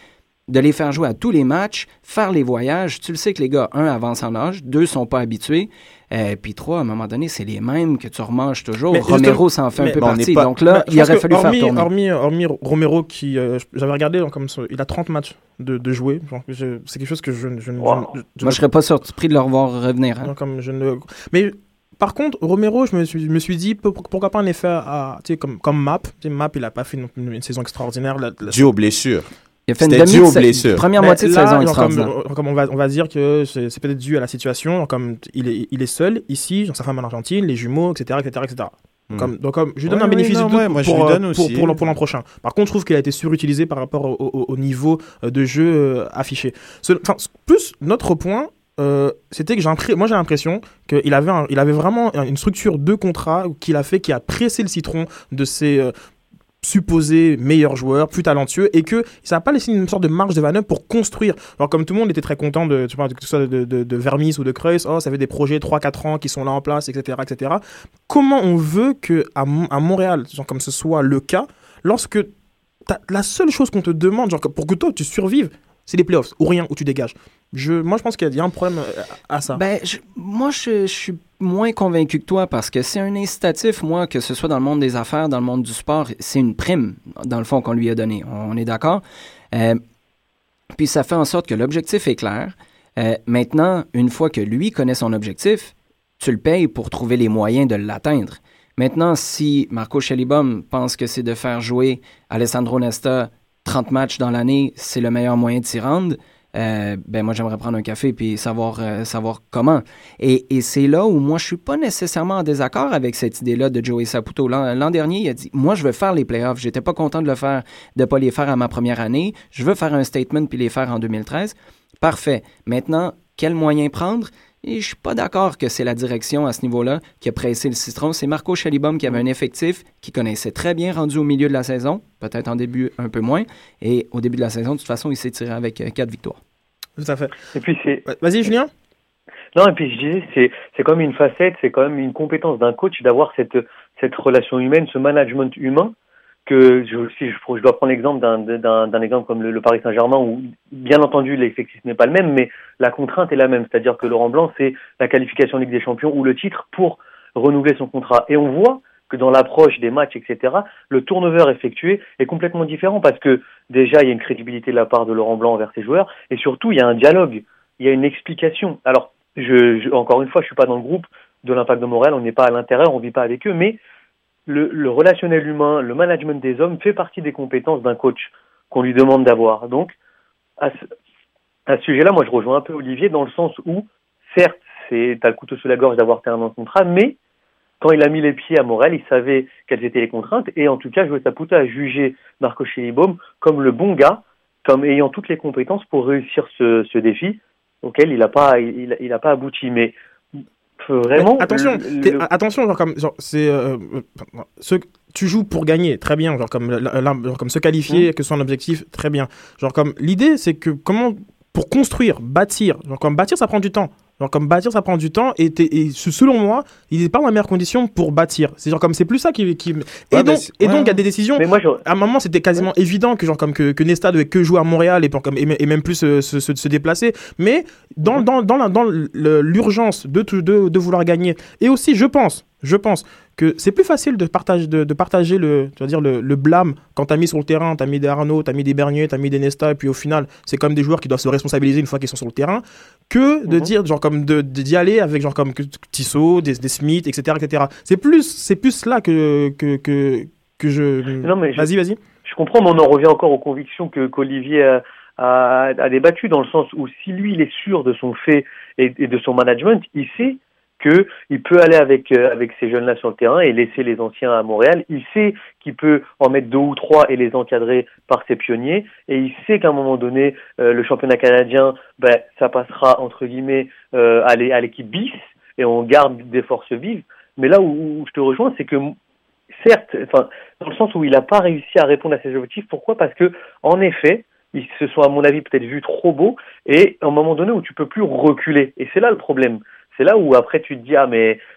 de les faire jouer à tous les matchs, faire les voyages. Tu le sais que les gars, un, avancent en âge, deux, sont pas habitués, euh, puis trois, à un moment donné, c'est les mêmes que tu remanges toujours. Mais Romero s'en fait un peu mais on partie. n'est pas- Donc là, Bah, je il pense aurait que fallu hormis, faire tourner. Hormis, hormis Romero, qui, euh, j'avais regardé, donc, comme ça, il a trente matchs de, de jouer. Genre, je- c'est quelque chose que je, je, je, Wow. je, je, je Moi, je serais pas surpris de le revoir revenir. Hein. Non, comme je ne... Mais par contre, Romero, je me suis, je me suis dit, pour- pourquoi pas en effet, à, tu sais, comme, comme Map. Tu sais, Map, il n'a pas fait une, une saison extraordinaire. La, la- Dû aux blessures. Il a fait une C'était dû aux demi- blessures. première Mais moitié de là, saison genre, comme, extraordinaire. comme on, va, on va dire que c'est, c'est peut-être dû à la situation. Genre, comme il est, il est seul ici, genre, sa femme en Argentine, les jumeaux, et cetera, et cetera, et cetera. Hmm. Comme, donc, comme, je lui donne Ouais, un bénéfice oui, du non, doute ouais, moi, je pour, lui donne euh, aussi. pour, pour, l'an- pour l'an prochain. Par contre, je trouve qu'il a été surutilisé par rapport au, au- au niveau euh, de jeu euh, affiché. Ce- Enfin, plus notre point, euh, c'était que j'ai impré- moi j'ai l'impression qu'il avait, un- il avait vraiment une structure de contrat qu'il a fait, qui a pressé le citron de ses euh, supposés meilleurs joueurs, plus talentueux, et que ça n'a pas laissé une sorte de marge de manœuvre pour construire. Alors comme tout le monde était très content de, tu vois, que ce soit de, de, de Vermis ou de Kreuz, oh, ça fait des projets trois quatre ans qui sont là en place, et cetera, et cetera. Comment on veut que à, Mon- à Montréal, genre comme ce soit le cas, lorsque t'as- la seule chose qu'on te demande, genre que- pour que toi tu survives, c'est les playoffs, ou rien, ou tu dégages. Je, moi je pense qu'il y a un problème euh, à ça. Ben, je- moi, je, je suis moins convaincu que toi parce que c'est un incitatif, moi, que ce soit dans le monde des affaires, dans le monde du sport, c'est une prime, dans le fond, qu'on lui a donnée. On est d'accord? Euh, puis ça fait en sorte que l'objectif est clair. Euh, maintenant, une fois que lui connaît son objectif, tu le payes pour trouver les moyens de l'atteindre. Maintenant, si Marco Schellibaum pense que c'est de faire jouer Alessandro Nesta trente matchs dans l'année, c'est le meilleur moyen de s'y rendre, euh, ben moi, j'aimerais prendre un café puis savoir, euh, savoir comment. Et, et c'est là où moi, je suis pas nécessairement en désaccord avec cette idée-là de Joey Saputo. L'an, l'an dernier, il a dit, moi, je veux faire les playoffs. J'étais pas content de le faire, de pas les faire à ma première année. Je veux faire un statement puis les faire en deux mille treize. Parfait. Maintenant, quel moyen prendre? Et je suis pas d'accord que c'est la direction à ce niveau-là qui a pressé le citron. C'est Marco Schellibaum qui avait un effectif qui connaissait très bien rendu au milieu de la saison, peut-être en début un peu moins. Et au début de la saison, de toute façon, il s'est tiré avec euh, quatre victoires. Tout à fait. Et puis c'est Ouais, Vas-y Julien. non et puis je disais c'est c'est comme une facette, c'est quand même une compétence d'un coach d'avoir cette cette relation humaine, ce management humain que je si je, je dois prendre l'exemple d'un d'un d'un exemple comme le, le Paris Saint-Germain où bien entendu l'effectif n'est pas le même mais la contrainte est la même, c'est-à-dire que Laurent Blanc c'est la qualification en Ligue des Champions ou le titre pour renouveler son contrat et on voit que dans l'approche des matchs, et cetera, le turnover effectué est complètement différent parce que déjà, il y a une crédibilité de la part de Laurent Blanc envers ses joueurs et surtout, il y a un dialogue, il y a une explication. Alors, je, je, encore une fois, je suis pas dans le groupe de l'Impact de Montréal, on n'est pas à l'intérieur, on vit pas avec eux, mais le, le relationnel humain, le management des hommes fait partie des compétences d'un coach qu'on lui demande d'avoir. Donc, à ce, à ce sujet-là, moi, je rejoins un peu Olivier dans le sens où, certes, c'est, t'as le couteau sous la gorge d'avoir fait un an de contrat, mais quand il a mis les pieds à Montréal, il savait quelles étaient les contraintes. Et en tout cas, Joey Saputo a jugé Marco Schellibaum comme le bon gars, comme ayant toutes les compétences pour réussir ce, ce défi auquel il n'a pas, il, il a pas abouti. Mais vraiment... Mais attention, le, le... attention, genre comme... Genre, c'est, euh, ce, tu joues pour gagner, très bien. Genre comme, la, la, genre comme se qualifier, mmh. que ce soit un objectif, très bien. Genre comme l'idée, c'est que comment... Pour construire, bâtir, genre comme bâtir, ça prend du temps. Genre comme bâtir, ça prend du temps et, et selon moi, il n'est pas dans la meilleure condition pour bâtir. C'est genre comme c'est plus ça qui, qui... et ouais, donc et ouais. donc il y a des décisions. Mais moi, je... À un moment, c'était quasiment ouais. évident que genre comme que, que Nesta devait que jouer à Montréal et pour comme et, et même plus se, se, se déplacer. Mais dans dans dans, la, dans le, l'urgence de, de de vouloir gagner et aussi, je pense, je pense que c'est plus facile de partager, de, de partager le, tu vas dire le, le blâme quand t'as mis sur le terrain, t'as mis des Arnaud, t'as mis des Bernier, t'as mis des Nesta, et puis au final, c'est comme des joueurs qui doivent se responsabiliser une fois qu'ils sont sur le terrain, que de mm-hmm. dire, genre, comme de, de, d'y aller avec, genre, comme Tissot, des, des Smith, et cetera, et cetera. C'est plus, c'est plus là que, que, que, que je... Non, mais vas-y, je, vas-y. Je comprends, mais on en revient encore aux convictions que, qu'Olivier a, a, a débattu, dans le sens où si lui, il est sûr de son fait et, et de son management, il sait qu'il peut aller avec euh, avec ces jeunes-là sur le terrain et laisser les anciens à Montréal. Il sait qu'il peut en mettre deux ou trois et les encadrer par ses pionniers. Et il sait qu'à un moment donné, euh, le championnat canadien, ben, ça passera, entre guillemets, euh, à, l'é- à l'équipe bis et on garde des forces vives. Mais là où, où je te rejoins, c'est que, certes, enfin, dans le sens où il n'a pas réussi à répondre à ses objectifs. Pourquoi ? Parce que, en effet, ils se sont, à mon avis, peut-être vus trop beaux et à un moment donné où tu peux plus reculer. Et c'est là le problème. C'est là où après tu te dis ah mais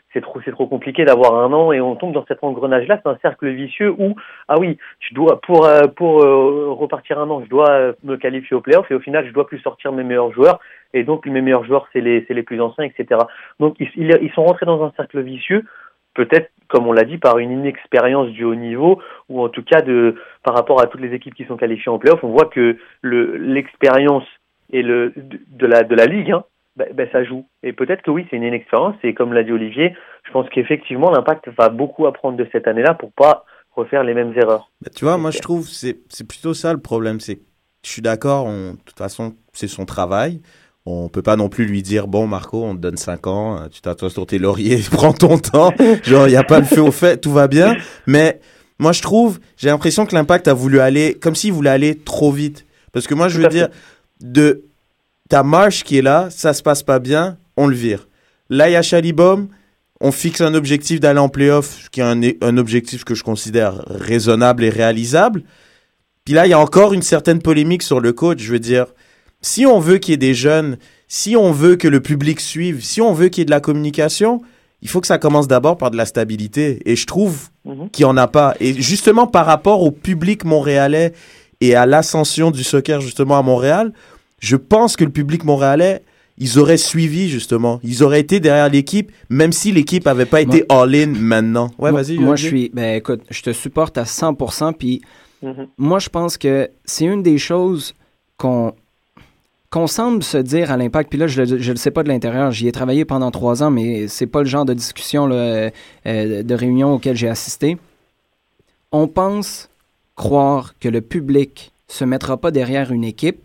c'est trop, c'est trop compliqué d'avoir un an et on tombe dans cet engrenage-là. C'est un cercle vicieux où, ah oui, je dois, pour, euh, pour euh, repartir un an, je dois euh, me qualifier au play-off et au final, je dois plus sortir mes meilleurs joueurs et donc mes meilleurs joueurs, c'est les, c'est les plus anciens, et cetera. Donc, ils, ils sont rentrés dans un cercle vicieux, peut-être, comme on l'a dit, par une inexpérience du haut niveau ou en tout cas de, par rapport à toutes les équipes qui sont qualifiées en play-off, on voit que le, l'expérience et le, de, de la, de la ligue, hein, Ben, ben ça joue. Et peut-être que oui, c'est une inexpérience. Et comme l'a dit Olivier, je pense qu'effectivement, l'Impact va beaucoup apprendre de cette année-là pour pas refaire les mêmes erreurs. Bah, tu vois, moi, je trouve c'est c'est plutôt ça le problème. C'est, je suis d'accord. On, de toute façon, c'est son travail. On peut pas non plus lui dire bon, Marco, on te donne cinq ans, tu t'assois sur tes lauriers, prends ton temps. Genre, il y a pas le feu au fait, tout va bien. Mais moi, je trouve, j'ai l'impression que l'Impact a voulu aller comme s'il voulait aller trop vite. Parce que moi, je veux dire, de ta marche qui est là, ça se passe pas bien, on le vire. Là, il y a Chalibom, on fixe un objectif d'aller en play-off, qui est un, un objectif que je considère raisonnable et réalisable. Puis là, il y a encore une certaine polémique sur le coach. Je veux dire, si on veut qu'il y ait des jeunes, si on veut que le public suive, si on veut qu'il y ait de la communication, il faut que ça commence d'abord par de la stabilité. Et je trouve mm-hmm. qu'il n'y en a pas. Et justement, par rapport au public montréalais et à l'ascension du soccer justement à Montréal, je pense que le public montréalais, ils auraient suivi justement. Ils auraient été derrière l'équipe, même si l'équipe n'avait pas été moi, all-in maintenant. Ouais, moi, vas-y. Moi, je suis... Ben écoute, je te supporte à cent pour cent. Puis mm-hmm. moi, je pense que c'est une des choses qu'on... qu'on semble se dire à l'Impact, puis là, je ne le sais pas de l'intérieur, j'y ai travaillé pendant trois ans, mais c'est pas le genre de discussion, là, euh, de réunion auquel j'ai assisté. On pense croire que le public se mettra pas derrière une équipe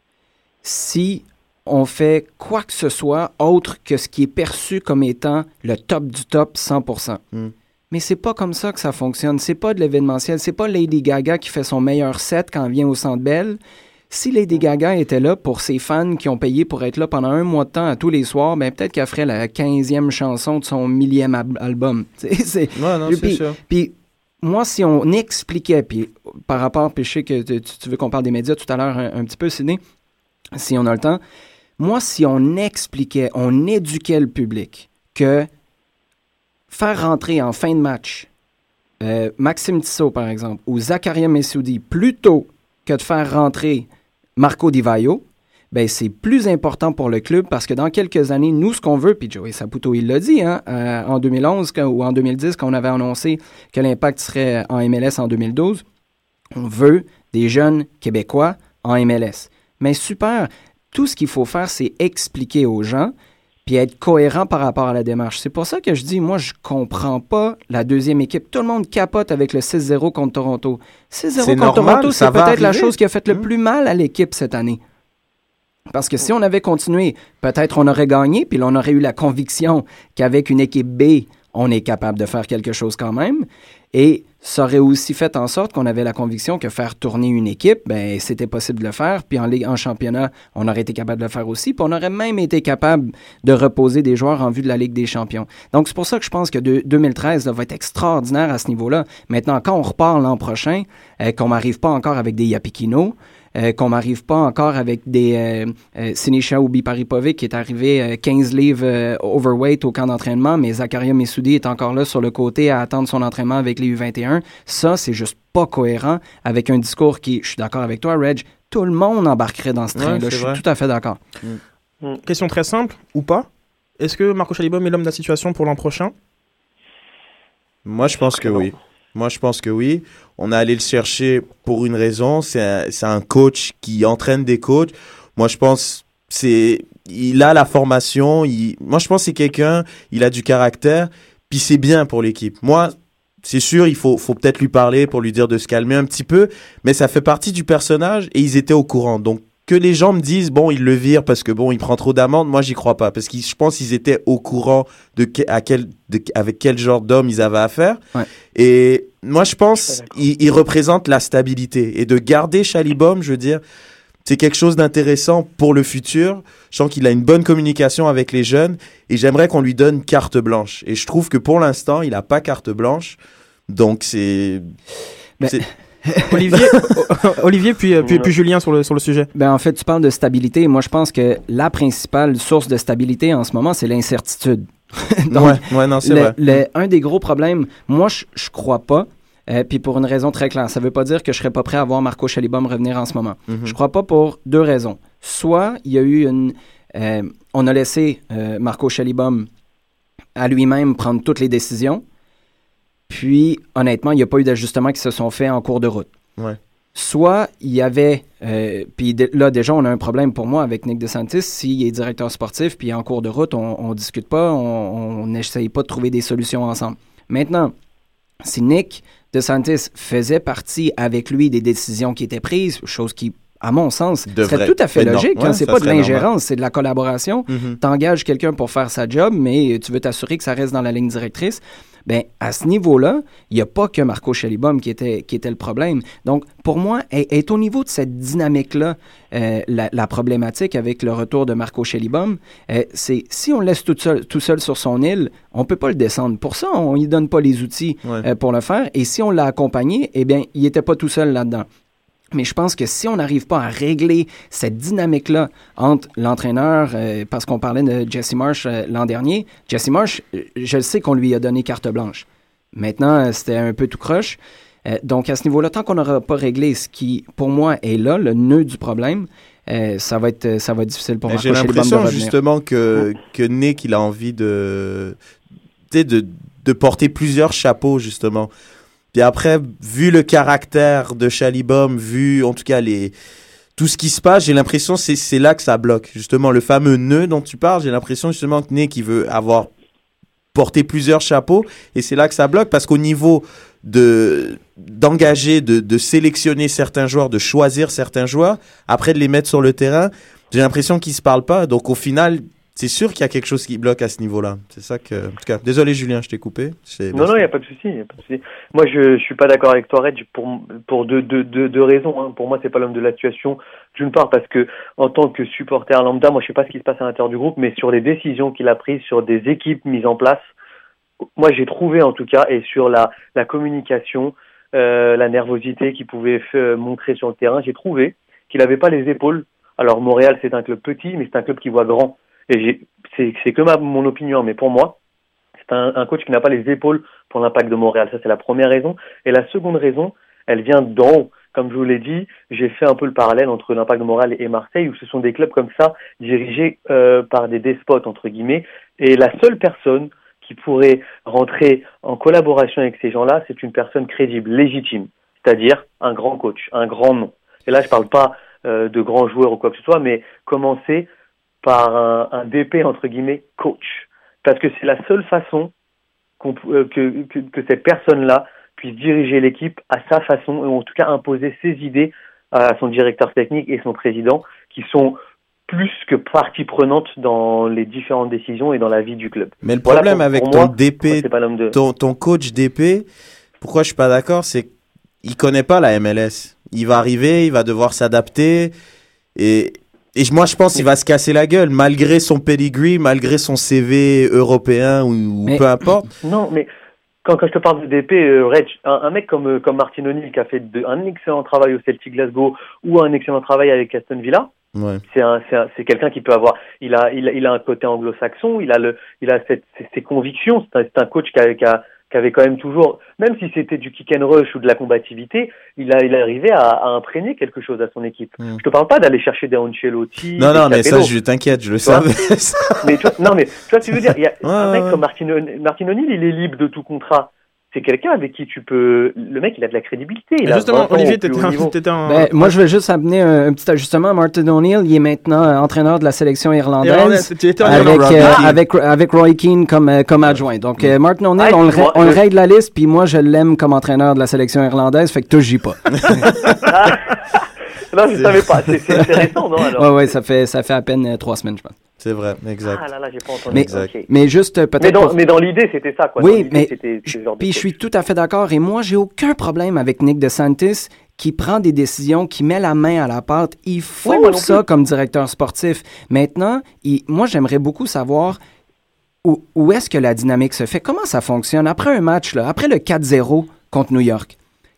si on fait quoi que ce soit autre que ce qui est perçu comme étant le top du top cent pour cent. Mm. Mais c'est pas comme ça que ça fonctionne. C'est pas de l'événementiel. C'est pas Lady Gaga qui fait son meilleur set quand elle vient au Centre Bell. Si Lady Gaga était là pour ses fans qui ont payé pour être là pendant un mois de temps à tous les soirs, ben peut-être qu'elle ferait la quinzième chanson de son millième ab- album. C'est, c'est... Ouais, non, puis, c'est sûr. Puis, moi, si on expliquait, puis par rapport, puis je sais que tu, tu veux qu'on parle des médias tout à l'heure un, un petit peu, Sidney, si on a le temps, moi, si on expliquait, on éduquait le public que faire rentrer en fin de match euh, Maxime Tissot, par exemple, ou Zakaria Messoudi, plutôt que de faire rentrer Marco Di Vaio, ben c'est plus important pour le club parce que dans quelques années, nous, ce qu'on veut, puis Joey Saputo, il l'a dit, hein, euh, en deux mille onze quand, ou en deux mille dix, quand on avait annoncé que l'Impact serait en M L S en deux mille douze, on veut des jeunes Québécois en M L S. Mais super, tout ce qu'il faut faire, c'est expliquer aux gens puis être cohérent par rapport à la démarche. C'est pour ça que je dis, moi, je comprends pas la deuxième équipe. Tout le monde capote avec le six zéro contre Toronto. six zéro c'est contre normal, Toronto, c'est peut-être arriver. la chose qui a fait le mmh. plus mal à l'équipe cette année. Parce que si on avait continué, peut-être on aurait gagné, puis là, on aurait eu la conviction qu'avec une équipe B, on est capable de faire quelque chose quand même. Et ça aurait aussi fait en sorte qu'on avait la conviction que faire tourner une équipe, ben c'était possible de le faire. Puis en Ligue, en championnat, on aurait été capable de le faire aussi. Puis on aurait même été capable de reposer des joueurs en vue de la Ligue des champions. Donc c'est pour ça que je pense que de, deux mille treize là, va être extraordinaire à ce niveau-là. Maintenant, quand on repart l'an prochain, euh, qu'on n'arrive pas encore avec des Yapikino, Euh, qu'on n'arrive pas encore avec des euh, euh, Sinisha Ubi-Paripovic qui est arrivé euh, quinze livres euh, overweight au camp d'entraînement, mais Zakaria Messoudi est encore là sur le côté à attendre son entraînement avec les U vingt et un. Ça, c'est juste pas cohérent avec un discours qui, je suis d'accord avec toi, Reg, tout le monde embarquerait dans ce train-là. Ouais, je suis tout à fait d'accord. Mmh. Mmh. Question très simple, ou pas. Est-ce que Marco Chalibom est l'homme de la situation pour l'an prochain? Moi, je pense que oui. Moi, je pense que oui. On est allé le chercher pour une raison. C'est un, c'est un coach qui entraîne des coachs. Moi, je pense c'est il a la formation. Il, moi, je pense que c'est quelqu'un. Il a du caractère. Puis c'est bien pour l'équipe. Moi, c'est sûr, il faut, faut peut-être lui parler pour lui dire de se calmer un petit peu. Mais ça fait partie du personnage et ils étaient au courant. Donc, que les gens me disent, bon, il le vire parce que, bon, il prend trop d'amendes, moi, j'y crois pas. Parce que je pense qu'ils étaient au courant de, que, à quel, de avec quel genre d'homme ils avaient affaire. Ouais. Et moi, je pense qu'il il représente la stabilité. Et de garder Chalibom, je veux dire, c'est quelque chose d'intéressant pour le futur. Je sens qu'il a une bonne communication avec les jeunes et j'aimerais qu'on lui donne carte blanche. Et je trouve que pour l'instant, il n'a pas carte blanche. Donc, c'est... Ben... c'est... Olivier, Olivier puis, puis, puis Julien sur le, sur le sujet. Ben en fait, tu parles de stabilité. Moi, je pense que la principale source de stabilité en ce moment, c'est l'incertitude. Donc, ouais, ouais, non, c'est le, vrai. le, un des gros problèmes, moi, je je crois pas, euh, puis pour une raison très claire, ça veut pas dire que je serais pas prêt à voir Marco Chalibom revenir en ce moment. Mhm. Je crois pas pour deux raisons. Soit, il y a eu une... Euh, on a laissé euh, Marco Chalibom à lui-même prendre toutes les décisions, puis, honnêtement, il n'y a pas eu d'ajustements qui se sont faits en cours de route. Ouais. Soit il y avait, euh, puis de, là déjà on a un problème pour moi avec Nick DeSantis, s'il est directeur sportif, puis en cours de route, on ne discute pas, on n'essaye pas de trouver des solutions ensemble. Maintenant, si Nick DeSantis faisait partie avec lui des décisions qui étaient prises, chose qui, à mon sens, Devrait. serait tout à fait Mais logique, non. Ouais, hein, c'est ça pas de serait l'ingérence, normal. c'est de la collaboration. Mm-hmm. T'engages quelqu'un pour faire sa job, mais tu veux t'assurer que ça reste dans la ligne directrice. Bien, à ce niveau-là, il n'y a pas que Marco Chalibom qui était, qui était le problème. Donc, pour moi, est, est au niveau de cette dynamique-là euh, la, la problématique avec le retour de Marco Chalibom. Euh, c'est si on le laisse tout seul, tout seul sur son île, on ne peut pas le descendre. Pour ça, on ne lui donne pas les outils Ouais. euh, pour le faire. Et si on l'a accompagné, eh bien, il n'était pas tout seul là-dedans. Mais je pense que si on n'arrive pas à régler cette dynamique-là entre l'entraîneur, euh, parce qu'on parlait de Jesse Marsh euh, l'an dernier, Jesse Marsh, euh, je le sais qu'on lui a donné carte blanche. Maintenant, euh, c'était un peu tout croche. Euh, donc, à ce niveau-là, tant qu'on n'aura pas réglé ce qui, pour moi, est là, le nœud du problème, euh, ça, va être, ça va être difficile pour Mais Marco j'ai Chalibom de l'impression revenir. justement que, que Nick, il a envie de, tu sais, de, de porter plusieurs chapeaux, justement. Puis après, vu le caractère de Chalibom, vu en tout cas les, tout ce qui se passe, j'ai l'impression que c'est, c'est là que ça bloque. Justement, le fameux nœud dont tu parles, j'ai l'impression justement que Nick, il veut avoir porté plusieurs chapeaux et c'est là que ça bloque parce qu'au niveau de, d'engager, de, de sélectionner certains joueurs, de choisir certains joueurs, après de les mettre sur le terrain, j'ai l'impression qu'ils ne se parlent pas. Donc au final, c'est sûr qu'il y a quelque chose qui bloque à ce niveau-là. C'est ça que... En tout cas, désolé Julien, je t'ai coupé. C'est... Non, non, il n'y a pas de souci. y a pas de souci. Moi, je ne suis pas d'accord avec toi, Reg, pour, pour deux, deux, deux, deux raisons. Hein. Pour moi, c'est pas l'homme de la situation. D'une part, parce que en tant que supporter lambda, moi, je sais pas ce qui se passe à l'intérieur du groupe, mais sur les décisions qu'il a prises, sur des équipes mises en place, moi, j'ai trouvé, en tout cas, et sur la, la communication, euh, la nervosité qu'il pouvait f- montrer sur le terrain, j'ai trouvé qu'il n'avait pas les épaules. Alors, Montréal, c'est un club petit, mais c'est un club qui voit grand. Et j'ai, c'est, c'est que ma, mon opinion, mais pour moi, c'est un, un coach qui n'a pas les épaules pour l'Impact de Montréal. Ça, c'est la première raison. Et la seconde raison, elle vient d'en haut. Comme je vous l'ai dit, j'ai fait un peu le parallèle entre l'Impact de Montréal et Marseille, où ce sont des clubs comme ça, dirigés euh, par des despotes, entre guillemets. Et la seule personne qui pourrait rentrer en collaboration avec ces gens-là, c'est une personne crédible, légitime. C'est-à-dire un grand coach, un grand nom. Et là, je parle pas euh, de grands joueurs ou quoi que ce soit, mais commencer par un, un D P, entre guillemets, coach. Parce que c'est la seule façon qu'on, euh, que, que, que cette personne-là puisse diriger l'équipe à sa façon, ou en tout cas imposer ses idées à son directeur technique et son président, qui sont plus que partie prenante dans les différentes décisions et dans la vie du club. Mais le Voilà, problème pour- avec pour ton moi, D P, moi, c'est pas l'homme de... ton, ton coach D P, pourquoi je suis pas d'accord, c'est qu'il connaît pas la M L S. Il va arriver, il va devoir s'adapter et, et je- moi je pense qu'il va se casser la gueule malgré son pedigree, malgré son C V européen ou, ou Mais- peu importe. Non, mais quand, quand je te parle de D P, euh, Reg, un, un mec comme, euh, comme Martin O'Neill qui a fait de, un excellent travail au Celtic Glasgow ou un excellent travail avec Aston Villa, Ouais. c'est un, c'est un, c'est quelqu'un qui peut avoir, il a, il a, il a un côté anglo-saxon, il a le, il a cette, ses, ses convictions. C'est un, c'est un coach qui, a, qui, a, qui avait quand même toujours, même si c'était du kick and rush ou de la combativité, il a, il est arrivé à, à imprégner quelque chose à son équipe. Mm. Je te parle pas d'aller chercher des Ancelotti. Non, des non, mais ça, Capello. je t'inquiète, je le Tu vois savais. ça. Mais tu vois, non, mais tu vois, tu veux dire, il y a Ouais, un mec ouais, comme Martin, O- Martin O'Neill, il est libre de tout contrat. C'est quelqu'un avec qui tu peux. Le mec, il a de la crédibilité. Il Mais a justement, vingt ans Olivier, au plus t'étais haut un, niveau. t'étais un- Ben, moi, je vais juste amener un, un petit ajustement. Martin O'Neill, il est maintenant euh, entraîneur de la sélection irlandaise. Irlandaise, tu étais en Avec, Irlande. euh, Keane. avec, avec Roy Keane comme, euh, comme adjoint. Donc, euh, Martin O'Neill, Ah, on, le, excuse-moi, ra- on le je- raye de la liste, puis moi, je l'aime comme entraîneur de la sélection irlandaise, fait que toi, j'y pas. Non, je savais pas. C'est, c'est, c'est récent, non alors. Ouais, ouais, ça fait, ça fait à peine euh, trois semaines, je pense. C'est vrai, exact. Ah là là, j'ai pas entendu. Mais- Exact. Ok. Mais juste, euh, peut-être. Mais dans, pour- mais dans l'idée, c'était ça, quoi. Dans Oui, l'idée, mais c'était ce genre de puis je coach. suis tout à fait d'accord. Et moi, j'ai aucun problème avec Nick DeSantis qui prend des décisions, qui met la main à la pâte. Il faut Oui, moi non ça plus. comme directeur sportif. Maintenant, il- moi, j'aimerais beaucoup savoir où, où est-ce que la dynamique se fait. Comment ça fonctionne après un match, là, après le quatre zéro contre New York?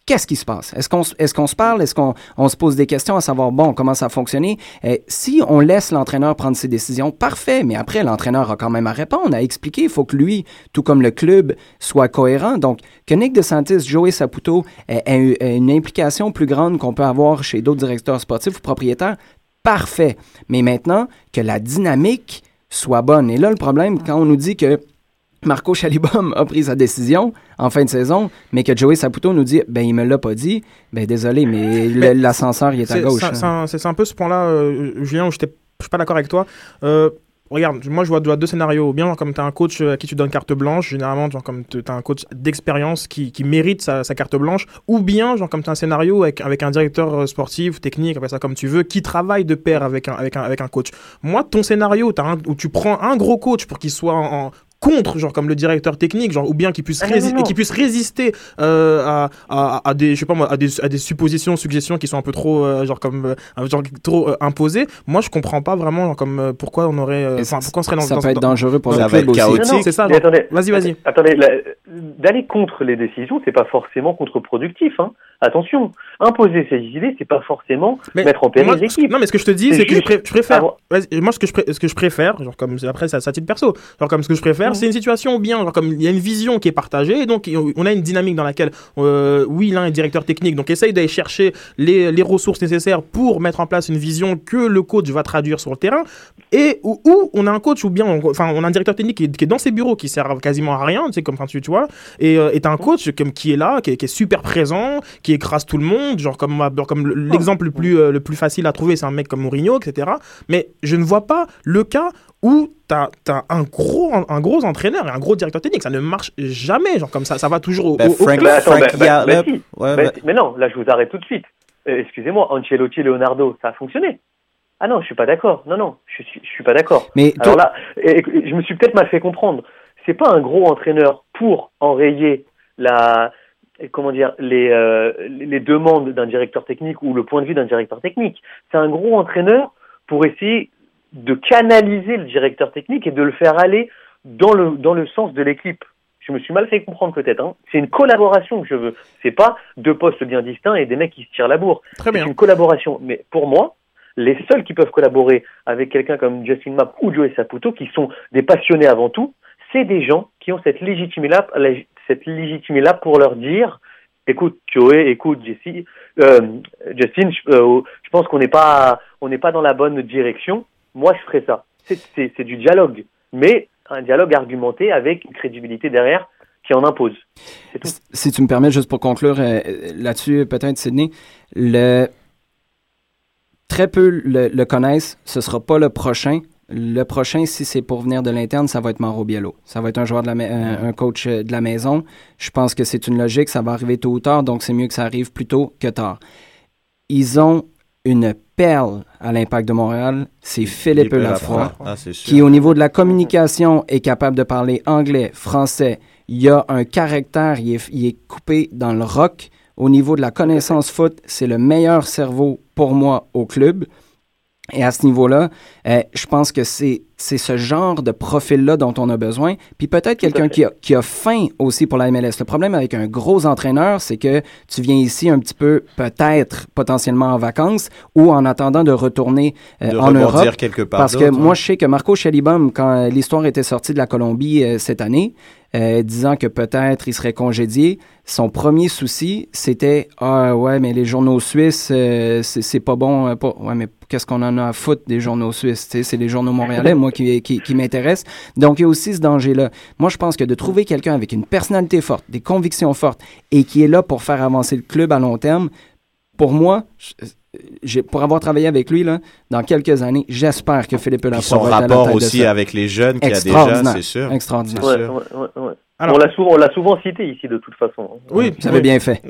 qu'est-ce qui se passe? Est-ce qu'on, est-ce qu'on se parle? Est-ce qu'on on se pose des questions à savoir, bon, comment ça a fonctionné? Euh, si on laisse l'entraîneur prendre ses décisions, parfait, mais après, l'entraîneur a quand même à répondre, à expliquer. Il faut que lui, tout comme le club, soit cohérent. Donc, que Nick DeSantis, Joey Saputo ait, ait, ait une implication plus grande qu'on peut avoir chez d'autres directeurs sportifs ou propriétaires, parfait. Mais maintenant, que la dynamique soit bonne. Et là, le problème, quand on nous dit que Marco Chalibom a pris sa décision en fin de saison, mais que Joey Saputo nous dit « ben il me l'a pas dit », ben désolé, mais le, l'ascenseur, il est, c'est, à gauche. C'est, c'est, un, c'est un peu ce point-là, euh, Julien, où je ne suis pas d'accord avec toi. Euh, regarde, moi je vois, je vois deux scénarios. Bien, genre, comme tu as un coach à qui tu donnes carte blanche, généralement, genre, comme tu as un coach d'expérience qui, qui mérite sa, sa carte blanche, ou bien, genre, comme tu as un scénario avec, avec un directeur sportif, technique, appelle ça comme tu veux, qui travaille de pair avec un, avec un, avec un coach. Moi, ton scénario t'as un, où tu prends un gros coach pour qu'il soit en, en contre, genre comme le directeur technique, genre ou bien qui puisse, rési- ah, qui puisse résister euh, à, à, à des, je sais pas moi, à des, à des suppositions, suggestions qui sont un peu trop, euh, genre comme, euh, genre trop euh, imposées. Moi, je comprends pas vraiment, genre comme euh, pourquoi on aurait, enfin euh, pourquoi on serait dans. Ça dans, peut dans, être dangereux pour le club aussi. Chaotique. Non, non, c'est ça. Genre, attendez, vas-y, vas-y. Attendez, la, d'aller contre les décisions, c'est pas forcément contre-productif. Hein. Attention, imposer ses idées, c'est pas forcément mais mettre en péril l'équipe. Non, mais ce que je te dis, c'est, c'est que je, pré- je préfère. Avoir... Moi, ce que je, pré- ce que je préfère, genre comme après ça, ça titre perso, genre comme ce que je préfère, mmh. c'est une situation où bien, genre comme il y a une vision qui est partagée, et donc on a une dynamique dans laquelle, euh, oui, l'un est directeur technique, donc essaye d'aller chercher les, les ressources nécessaires pour mettre en place une vision que le coach va traduire sur le terrain, et où, où on a un coach ou bien, enfin, on, on a un directeur technique qui est, qui est dans ses bureaux, qui sert quasiment à rien, tu sais, comme quand tu, tu vois, et euh, est un coach comme qui est là, qui est, qui est super présent, qui écrase tout le monde. Genre comme, comme l'exemple le plus, euh, le plus facile à trouver, c'est un mec comme Mourinho, et cetera. Mais je ne vois pas le cas où t'as, t'as un, gros, un, un gros entraîneur et un gros directeur technique. Ça ne marche jamais. Genre comme ça, ça va toujours au, bah, au, Frank, au bah, attends, Frank, bah, bah, bah, si. ouais, bah, bah. Mais non, là, je vous arrête tout de suite. Euh, excusez-moi, Ancelotti, Leonardo, ça a fonctionné. Ah non, je suis pas d'accord. Non, non, je suis, je suis pas d'accord. Mais Alors toi... là, et, et, je me suis peut-être mal fait comprendre. C'est pas un gros entraîneur pour enrayer la... comment dire, les, euh, les demandes d'un directeur technique ou le point de vue d'un directeur technique. C'est un gros entraîneur pour essayer de canaliser le directeur technique et de le faire aller dans le, dans le sens de l'équipe. Je me suis mal fait comprendre peut-être. Hein. C'est une collaboration que je veux. C'est pas deux postes bien distincts et des mecs qui se tirent la bourre. Très bien. C'est une collaboration. Mais pour moi, les seuls qui peuvent collaborer avec quelqu'un comme Justin Mapp ou Joey Saputo, qui sont des passionnés avant tout, c'est des gens qui ont cette légitimité-là, cette légitimité-là pour leur dire « Écoute, Joey, écoute, Jesse, euh, Justin, je, euh, je pense qu'on n'est pas, on n'est pas dans la bonne direction. Moi, je ferai ça. » C'est, c'est, c'est du dialogue, mais un dialogue argumenté avec une crédibilité derrière qui en impose. C'est tout. Si tu me permets, juste pour conclure euh, là-dessus, peut-être, Sydney, le... très peu le, le connaissent, ce ne sera pas le prochain. Le prochain, si c'est pour venir de l'interne, ça va être Mauro Biello. Ça va être un joueur de la ma- un, un coach de la maison. Je pense que c'est une logique, ça va arriver tôt ou tard, donc c'est mieux que ça arrive plus tôt que tard. Ils ont une perle à l'Impact de Montréal, c'est Philippe Lafroy, ah, qui au niveau de la communication est capable de parler anglais, français. Il a un caractère, il est, il est coupé dans le rock. Au niveau de la connaissance foot, c'est le meilleur cerveau pour moi au club. Et à ce niveau-là, euh, je pense que c'est, c'est ce genre de profil-là dont on a besoin. Puis peut-être quelqu'un qui a, qui a faim aussi pour la M L S. Le problème avec un gros entraîneur, c'est que tu viens ici un petit peu, peut-être, potentiellement en vacances ou en attendant de retourner euh, de en Europe. Quelque part parce d'autre, que hein. moi, je sais que Marco Chalibom, quand l'histoire était sortie de la Colombie euh, cette année, euh, disant que peut-être il serait congédié, son premier souci, c'était « Ah ouais, mais les journaux suisses, euh, c'est, c'est pas bon. Euh, pas... » Ouais, mais qu'est-ce qu'on en a à foutre des journaux suisses? T'sais, c'est les journaux montréalais, moi, qui, qui, qui m'intéressent. Donc, il y a aussi ce danger-là. Moi, je pense que de trouver quelqu'un avec une personnalité forte, des convictions fortes, et qui est là pour faire avancer le club à long terme, pour moi, j'ai, pour avoir travaillé avec lui là, dans quelques années, j'espère que Philippe Lafroy son va être à la rapport tête aussi de ça. avec les jeunes qu'il y a déjà, c'est sûr. Extraordinaire. Ouais, sûr. ouais, ouais, ouais. Alors, on, l'a souvent, on l'a souvent cité ici de toute façon. Oui, vous avez oui. bien fait.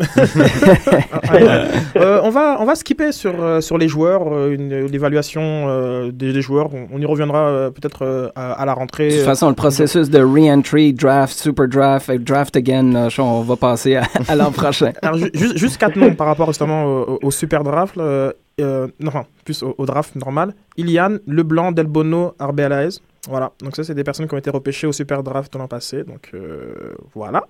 euh, on va on va skipper sur euh, sur les joueurs, euh, une, l'évaluation euh, des, des joueurs. On, on y reviendra euh, peut-être euh, à, à la rentrée. De toute façon, le processus de re-entry, draft, super draft, draft again, là, on va passer à, à l'an prochain. Alors ju- juste juste quatre noms par rapport justement au, au super draft. Là, euh, non, enfin plus au, au draft normal. Ilian, Leblanc, Del Bono, Arbeláez. Voilà, donc ça c'est des personnes qui ont été repêchées au Super Draft l'an passé, donc euh, voilà.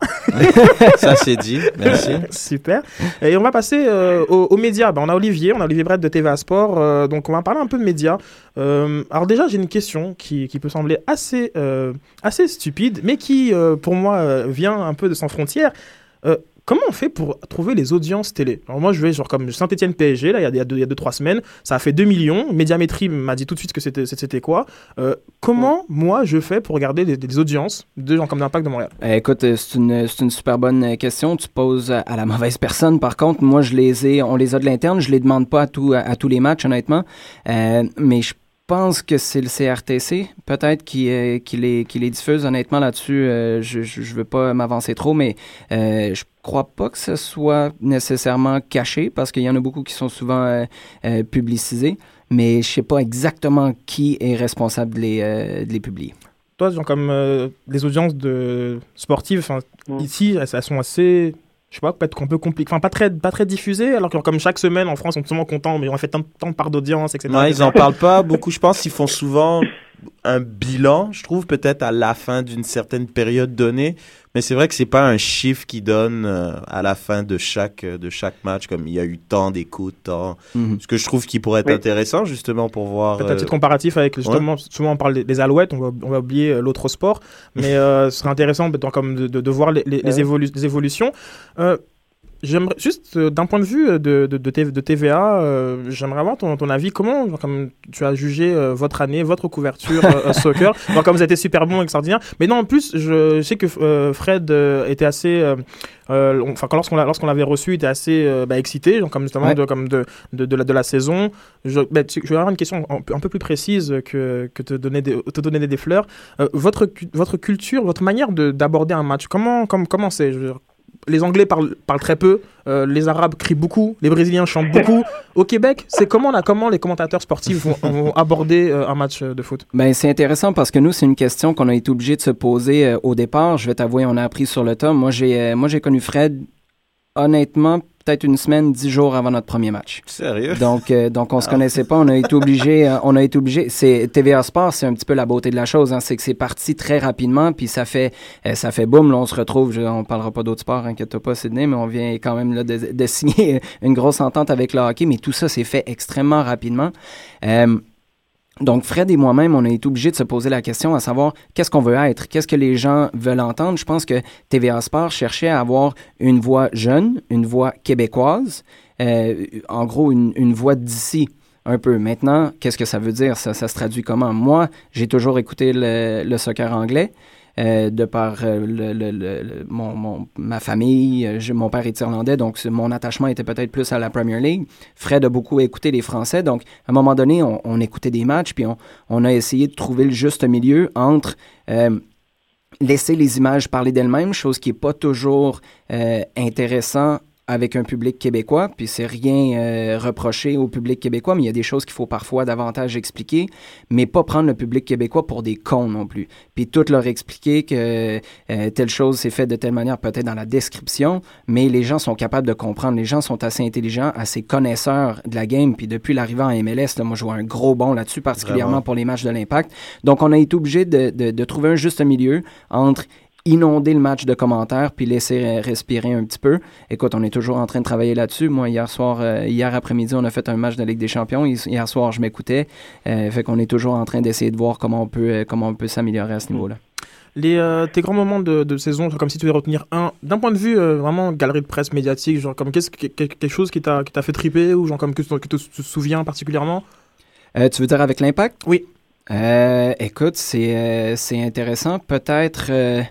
Ça c'est dit, merci. Super. Et on va passer euh, aux, aux médias. Ben, on a Olivier, on a Olivier Brett de T V A Sport, euh, donc on va parler un peu de médias. Euh, alors déjà j'ai une question qui, qui peut sembler assez, euh, assez stupide, mais qui euh, pour moi euh, vient un peu de sans frontières. Euh, Comment on fait pour trouver les audiences télé? Alors moi, je vais genre comme Saint-Etienne P S G, là, il y a, il y a deux, il y a deux, trois semaines, ça a fait deux millions. Médiamétrie m'a dit tout de suite que c'était, c'était quoi. Euh, comment, moi, je fais pour regarder les, les audiences de gens comme d'Impact de Montréal? Euh, écoute, c'est une, c'est une super bonne question. Tu poses à la mauvaise personne. Par contre, moi, je les ai, on les a de l'interne. Je les demande pas à, tout, à, à tous les matchs, honnêtement. Euh, mais je Je pense que c'est le C R T C, peut-être, qui, euh, qui, les, qui les diffuse. Honnêtement, là-dessus, euh, je ne veux pas m'avancer trop, mais euh, je crois pas que ce soit nécessairement caché, parce qu'il y en a beaucoup qui sont souvent euh, euh, publicisés, mais je sais pas exactement qui est responsable de les, euh, de les publier. Toi, genre comme euh, les audiences de sportives, mmh. ici, elles, elles sont assez... Je sais pas, peut-être qu'on peut compliquer, enfin pas très, pas très diffusé, alors que comme chaque semaine en France, on est souvent contents, mais on a fait tant, tant de parts d'audience, et cetera. Non, ils en parlent pas beaucoup. Je pense qu'ils font souvent un bilan, je trouve, peut-être à la fin d'une certaine période donnée. Mais c'est vrai que c'est pas un chiffre qui donne euh, à la fin de chaque, de chaque match, comme il y a eu tant d'écoutes, tant... Mm-hmm. Ce que je trouve qui pourrait être oui. intéressant, justement, pour voir... Peut-être euh... un petit comparatif avec, justement, ouais. souvent on parle des, des Alouettes, on va, on va oublier euh, l'autre sport, mais euh, ce serait intéressant donc, comme de, de, de voir les, les, ouais. les, évolu- les évolutions. Euh, J'aimerais juste euh, d'un point de vue de, de, de, de T V A, euh, j'aimerais avoir ton, ton avis. Comment genre, comme tu as jugé euh, votre année, votre couverture euh, soccer, genre, comme vous avez été super bon, extraordinaire. Mais non, en plus, je, je sais que euh, Fred euh, était assez, euh, euh, enfin lorsqu'on, l'a, lorsqu'on l'avait reçu, il était assez euh, bah, excité, genre, comme justement ouais. de, comme de, de, de, la, de la saison. Je, bah, tu, je vais avoir une question un, un peu plus précise que, que te donner des, te donner des fleurs. Euh, votre, votre culture, votre manière de, d'aborder un match, comment, comme, comment c'est? Je veux dire, les Anglais parlent, parlent très peu, euh, les Arabes crient beaucoup, les Brésiliens chantent beaucoup. Au Québec, c'est comment, là, comment les commentateurs sportifs vont, vont aborder euh, un match de foot? Ben, c'est intéressant parce que nous, c'est une question qu'on a été obligé de se poser euh, au départ. Je vais t'avouer, on a appris sur le tas. Moi, j'ai, euh, moi, j'ai connu Fred, honnêtement, peut-être une semaine, dix jours avant notre premier match. Sérieux? Donc, euh, donc on se connaissait pas. On a été obligé. Euh, on a été obligé. C'est T V A Sport, c'est un petit peu la beauté de la chose. Hein, c'est que c'est parti très rapidement, puis ça fait, euh, ça fait boum. Là, on se retrouve. Je, on parlera pas d'autres sports, inquiète-toi pas, Sydney, mais on vient quand même là de, de signer une grosse entente avec le hockey. Mais tout ça s'est fait extrêmement rapidement. Euh, Donc, Fred et moi-même, on a été obligés de se poser la question à savoir qu'est-ce qu'on veut être, qu'est-ce que les gens veulent entendre. Je pense que T V A Sport cherchait à avoir une voix jeune, une voix québécoise, euh, en gros, une, une voix d'ici un peu. Maintenant, qu'est-ce que ça veut dire? Ça, ça se traduit comment? Moi, j'ai toujours écouté le, le soccer anglais. Euh, de par euh, le, le, le, le, mon, mon, ma famille, euh, je, mon père est irlandais, donc mon attachement était peut-être plus à la Premier League. Fred a beaucoup écouté les Français, donc à un moment donné, on, on écoutait des matchs, puis on, on a essayé de trouver le juste milieu entre euh, laisser les images parler d'elles-mêmes, chose qui n'est pas toujours euh, intéressant avec un public québécois, puis c'est rien euh, reproché au public québécois, mais il y a des choses qu'il faut parfois davantage expliquer, mais pas prendre le public québécois pour des cons non plus. Puis tout leur expliquer que euh, telle chose s'est faite de telle manière, peut-être dans la description, mais les gens sont capables de comprendre. Les gens sont assez intelligents, assez connaisseurs de la game, puis depuis l'arrivée en M L S, là, moi je vois un gros bond là-dessus, particulièrement Vraiment. Pour les matchs de l'Impact. Donc on a été obligé de, de, de trouver un juste milieu entre inonder le match de commentaires puis laisser respirer un petit peu. Écoute, on est toujours en train de travailler là-dessus. Moi, hier soir, euh, hier après-midi, on a fait un match de Ligue des Champions. Hier soir, je m'écoutais. Euh, fait qu'on est toujours en train d'essayer de voir comment on peut, euh, comment on peut s'améliorer à ce niveau-là. Les, euh, tes grands moments de, de saison, comme si tu devais retenir un, d'un point de vue euh, vraiment galerie de presse médiatique, genre comme qu'est-ce, quelque chose qui t'a, qui t'a fait triper ou genre comme que, que tu te souviens particulièrement? Euh, tu veux dire avec l'Impact? Oui. Euh, écoute, c'est, euh, c'est intéressant. Peut-être... Euh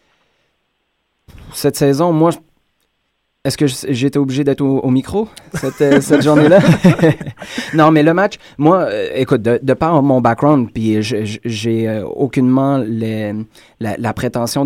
Cette saison, moi, est-ce que j'étais obligé d'être au, au micro cette, cette journée-là? Non, mais le match, moi, euh, écoute, de, de par mon background, puis j'ai euh, aucunement les, la, la prétention d'être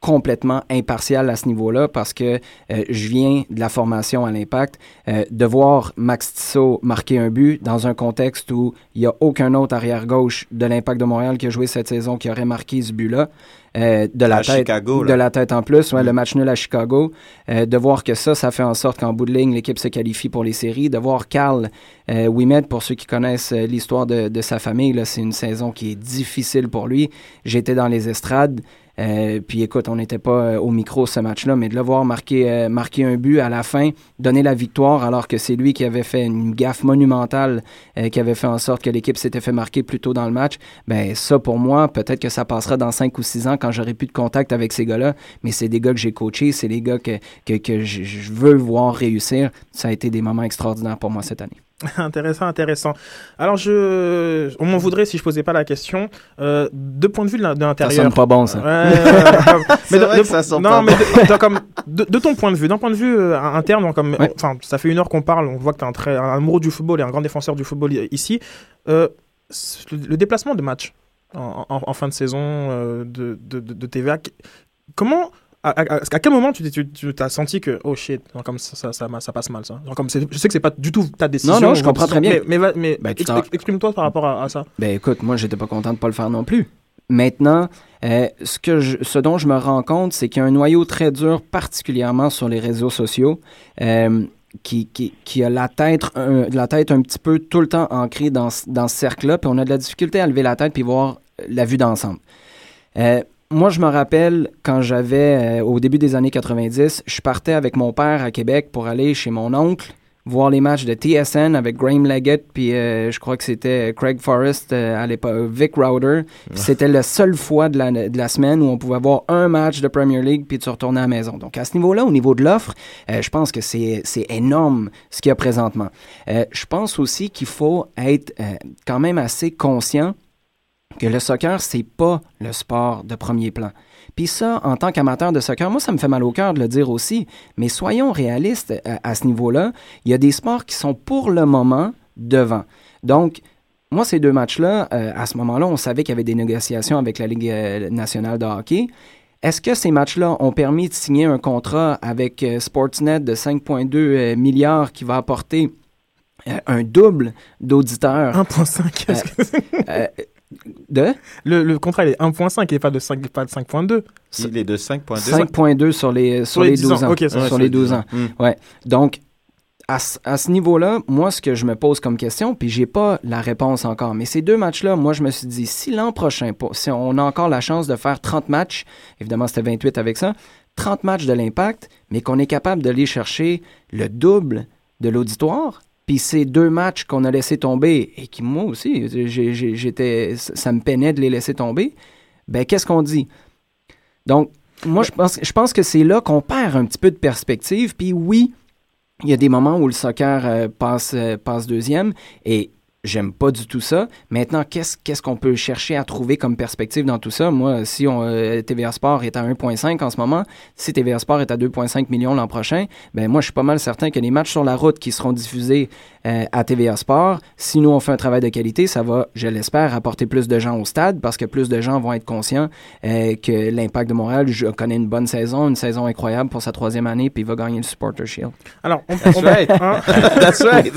complètement impartial à ce niveau-là parce que euh, je viens de la formation à l'Impact. Euh, de voir Max Tissot marquer un but dans un contexte où il n'y a aucun autre arrière-gauche de l'Impact de Montréal qui a joué cette saison qui aurait marqué ce but-là. Euh, de la à tête, Chicago, de la tête en plus, ouais, mm. le match nul à Chicago, euh, de voir que ça, ça fait en sorte qu'en bout de ligne, l'équipe se qualifie pour les séries, de voir Carl euh, Ouimet, pour ceux qui connaissent euh, l'histoire de, de sa famille, là, c'est une saison qui est difficile pour lui. J'étais dans les estrades, euh, puis écoute, on n'était pas euh, au micro ce match-là, mais de le voir marquer, euh, marquer un but à la fin, donner la victoire, alors que c'est lui qui avait fait une gaffe monumentale, euh, qui avait fait en sorte que l'équipe s'était fait marquer plus tôt dans le match, ben ça, pour moi, peut-être que ça passera dans cinq ou six ans quand j'aurai plus de contact avec ces gars-là, mais c'est des gars que j'ai coachés, c'est des gars que, que, que je, je veux voir réussir. Ça a été des moments extraordinaires pour moi cette année. Intéressant, intéressant. Alors, je, on m'en voudrait si je posais pas la question. Euh, de point de vue de l'intérieur. Ça sonne pas bon, ça. Ouais, euh, c'est mais vrai de, que ça sonne non, pas mais bon. de, de, comme, de, de ton point de vue, d'un point de vue euh, interne, comme, ouais. enfin, ça fait une heure qu'on parle, on voit que tu es un, très, un amoureux du football et un grand défenseur du football ici. Euh, le, le déplacement de match en, en, en fin de saison euh, de, de, de, de T V A, comment. À, à, à quel moment tu, tu, tu as senti que oh shit, genre comme ça, ça, ça, ça passe mal ça, genre comme c'est, je sais que c'est pas du tout ta décision. Non non, je comprends très bien. Mais, mais, mais ben, exp, exprime-toi par rapport à, à ça. Ben écoute, moi j'étais pas content de pas le faire non plus. Maintenant, euh, ce que je, ce dont je me rends compte, c'est qu'il y a un noyau très dur, particulièrement sur les réseaux sociaux, euh, qui, qui, qui a la tête, un, la tête un petit peu tout le temps ancrée dans, dans ce cercle-là, puis on a de la difficulté à lever la tête puis voir la vue d'ensemble. Euh, Moi, je me rappelle quand j'avais, euh, au début des années quatre-vingt-dix, je partais avec mon père à Québec pour aller chez mon oncle, voir les matchs de T S N avec Graham Leggett, puis euh, je crois que c'était Craig Forrest euh, à l'époque, Vic Rowder. Puis c'était la seule fois de la, de la semaine où on pouvait voir un match de Premier League puis de se retourner à la maison. Donc, à ce niveau-là, au niveau de l'offre, euh, je pense que c'est, c'est énorme ce qu'il y a présentement. Euh, je pense aussi qu'il faut être euh, quand même assez conscient que le soccer, c'est pas le sport de premier plan. Puis ça, en tant qu'amateur de soccer, moi, ça me fait mal au cœur de le dire aussi, mais soyons réalistes à, à ce niveau-là. Il y a des sports qui sont pour le moment devant. Donc, moi, ces deux matchs-là, euh, à ce moment-là, on savait qu'il y avait des négociations avec la Ligue euh, nationale de hockey. Est-ce que ces matchs-là ont permis de signer un contrat avec euh, Sportsnet de cinq virgule deux euh, milliards qui va apporter euh, un double d'auditeurs? un virgule cinq. Euh, euh, De? Le, le contrat il est un virgule cinq et pas de cinq, pas de cinq virgule deux. Il est de cinq virgule deux. cinq virgule deux sur les, sur les douze ans. Okay, sur, ouais, sur les douze ans. Mmh. Ouais. Donc, à, à ce niveau-là, moi, ce que je me pose comme question, puis j'ai pas la réponse encore, mais ces deux matchs-là, moi, je me suis dit, si l'an prochain, si on a encore la chance de faire trente matchs, évidemment, c'était vingt-huit avec ça, trente matchs de l'Impact, mais qu'on est capable d'aller chercher le double de l'auditoire. Puis ces deux matchs qu'on a laissé tomber, et qui, moi aussi, j'ai, j'ai, j'étais, ça me peinait de les laisser tomber, ben qu'est-ce qu'on dit? Donc, moi, je pense, je pense que c'est là qu'on perd un petit peu de perspective. Puis oui, il y a des moments où le soccer euh, passe, euh, passe deuxième, et j'aime pas du tout ça. Maintenant, qu'est-ce, qu'est-ce qu'on peut chercher à trouver comme perspective dans tout ça? Moi, si on, euh, T V A Sport est à un virgule cinq en ce moment, si T V A Sport est à deux virgule cinq millions l'an prochain, ben moi, je suis pas mal certain que les matchs sur la route qui seront diffusés euh, à T V A Sport, si nous, on fait un travail de qualité, ça va, je l'espère, apporter plus de gens au stade parce que plus de gens vont être conscients euh, que l'Impact de Montréal je, connaît une bonne saison, une saison incroyable pour sa troisième année, puis il va gagner le Supporter Shield. Alors, on, That's on, right. Hein, That's right.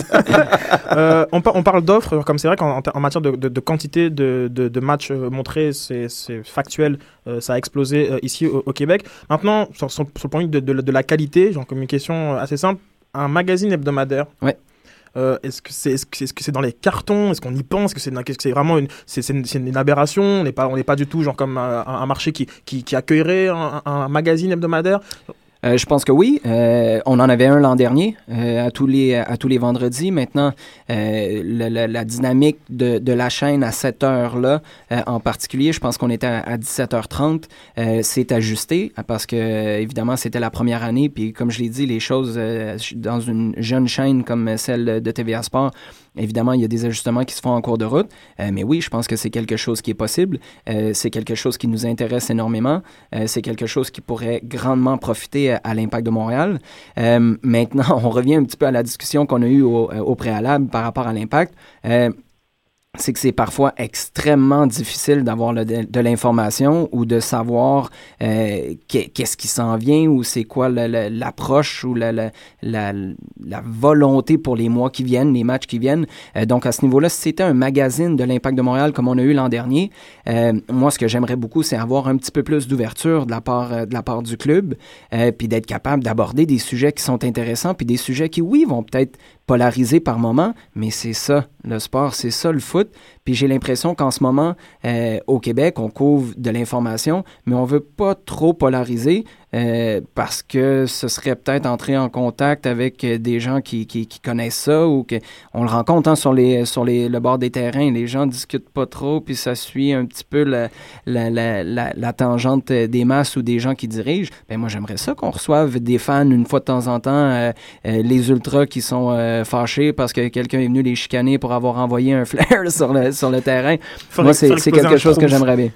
euh, on, par, on parle d'offres, comme c'est vrai qu'en en matière de, de, de quantité de, de, de matchs euh, montrés, c'est, c'est factuel, euh, ça a explosé euh, ici au, au Québec. Maintenant, sur, sur, sur le point de, de, de la qualité, genre comme une question assez simple, un magazine hebdomadaire. Ouais. Euh, est-ce que c'est est-ce que, est-ce que c'est dans les cartons? Est-ce qu'on y pense? Est-ce que c'est, est-ce que c'est vraiment une c'est, c'est une, c'est une aberration? On n'est pas on n'est pas du tout genre comme un, un marché qui, qui, qui accueillerait un, un magazine hebdomadaire. Euh, je pense que oui. Euh, on en avait un l'an dernier, euh, à tous les à tous les vendredis. Maintenant, euh, la, la, la dynamique de, de la chaîne à cette heure-là, euh, en particulier, je pense qu'on était à, à dix-sept heures trente, euh, s'est ajusté parce que euh, évidemment c'était la première année. Puis comme je l'ai dit, les choses euh, dans une jeune chaîne comme celle de T V A Sport. Évidemment, il y a des ajustements qui se font en cours de route, euh, mais oui, je pense que c'est quelque chose qui est possible. Euh, c'est quelque chose qui nous intéresse énormément. Euh, c'est quelque chose qui pourrait grandement profiter à, à l'Impact de Montréal. Euh, maintenant, on revient un petit peu à la discussion qu'on a eue au, au préalable par rapport à l'Impact. Euh, c'est que c'est parfois extrêmement difficile d'avoir le, de, de l'information ou de savoir euh, qu'est-ce qui s'en vient ou c'est quoi le, le, l'approche ou la, la, la, la volonté pour les mois qui viennent, les matchs qui viennent. Euh, donc, à ce niveau-là, si c'était un magazine de l'Impact de Montréal comme on a eu l'an dernier, euh, moi, ce que j'aimerais beaucoup, c'est avoir un petit peu plus d'ouverture de la part, euh, de la part du club, euh, puis d'être capable d'aborder des sujets qui sont intéressants, puis des sujets qui, oui, vont peut-être polariser par moment, mais c'est ça, le sport, c'est ça, le foot. Puis j'ai l'impression qu'en ce moment, euh, au Québec, on couvre de l'information, mais on veut pas trop polariser euh, parce que ce serait peut-être entrer en contact avec des gens qui, qui, qui connaissent ça ou qu'on le rencontre hein, sur, les, sur les, le bord des terrains. Les gens discutent pas trop, puis ça suit un petit peu la, la, la, la, la tangente des masses ou des gens qui dirigent. Ben moi, j'aimerais ça qu'on reçoive des fans une fois de temps en temps, euh, euh, les ultras qui sont euh, fâchés parce que quelqu'un est venu les chicaner pour avoir envoyé un flair sur le, sur le terrain. Faudrait, Moi, c'est, c'est quelque chose que j'aimerais bien.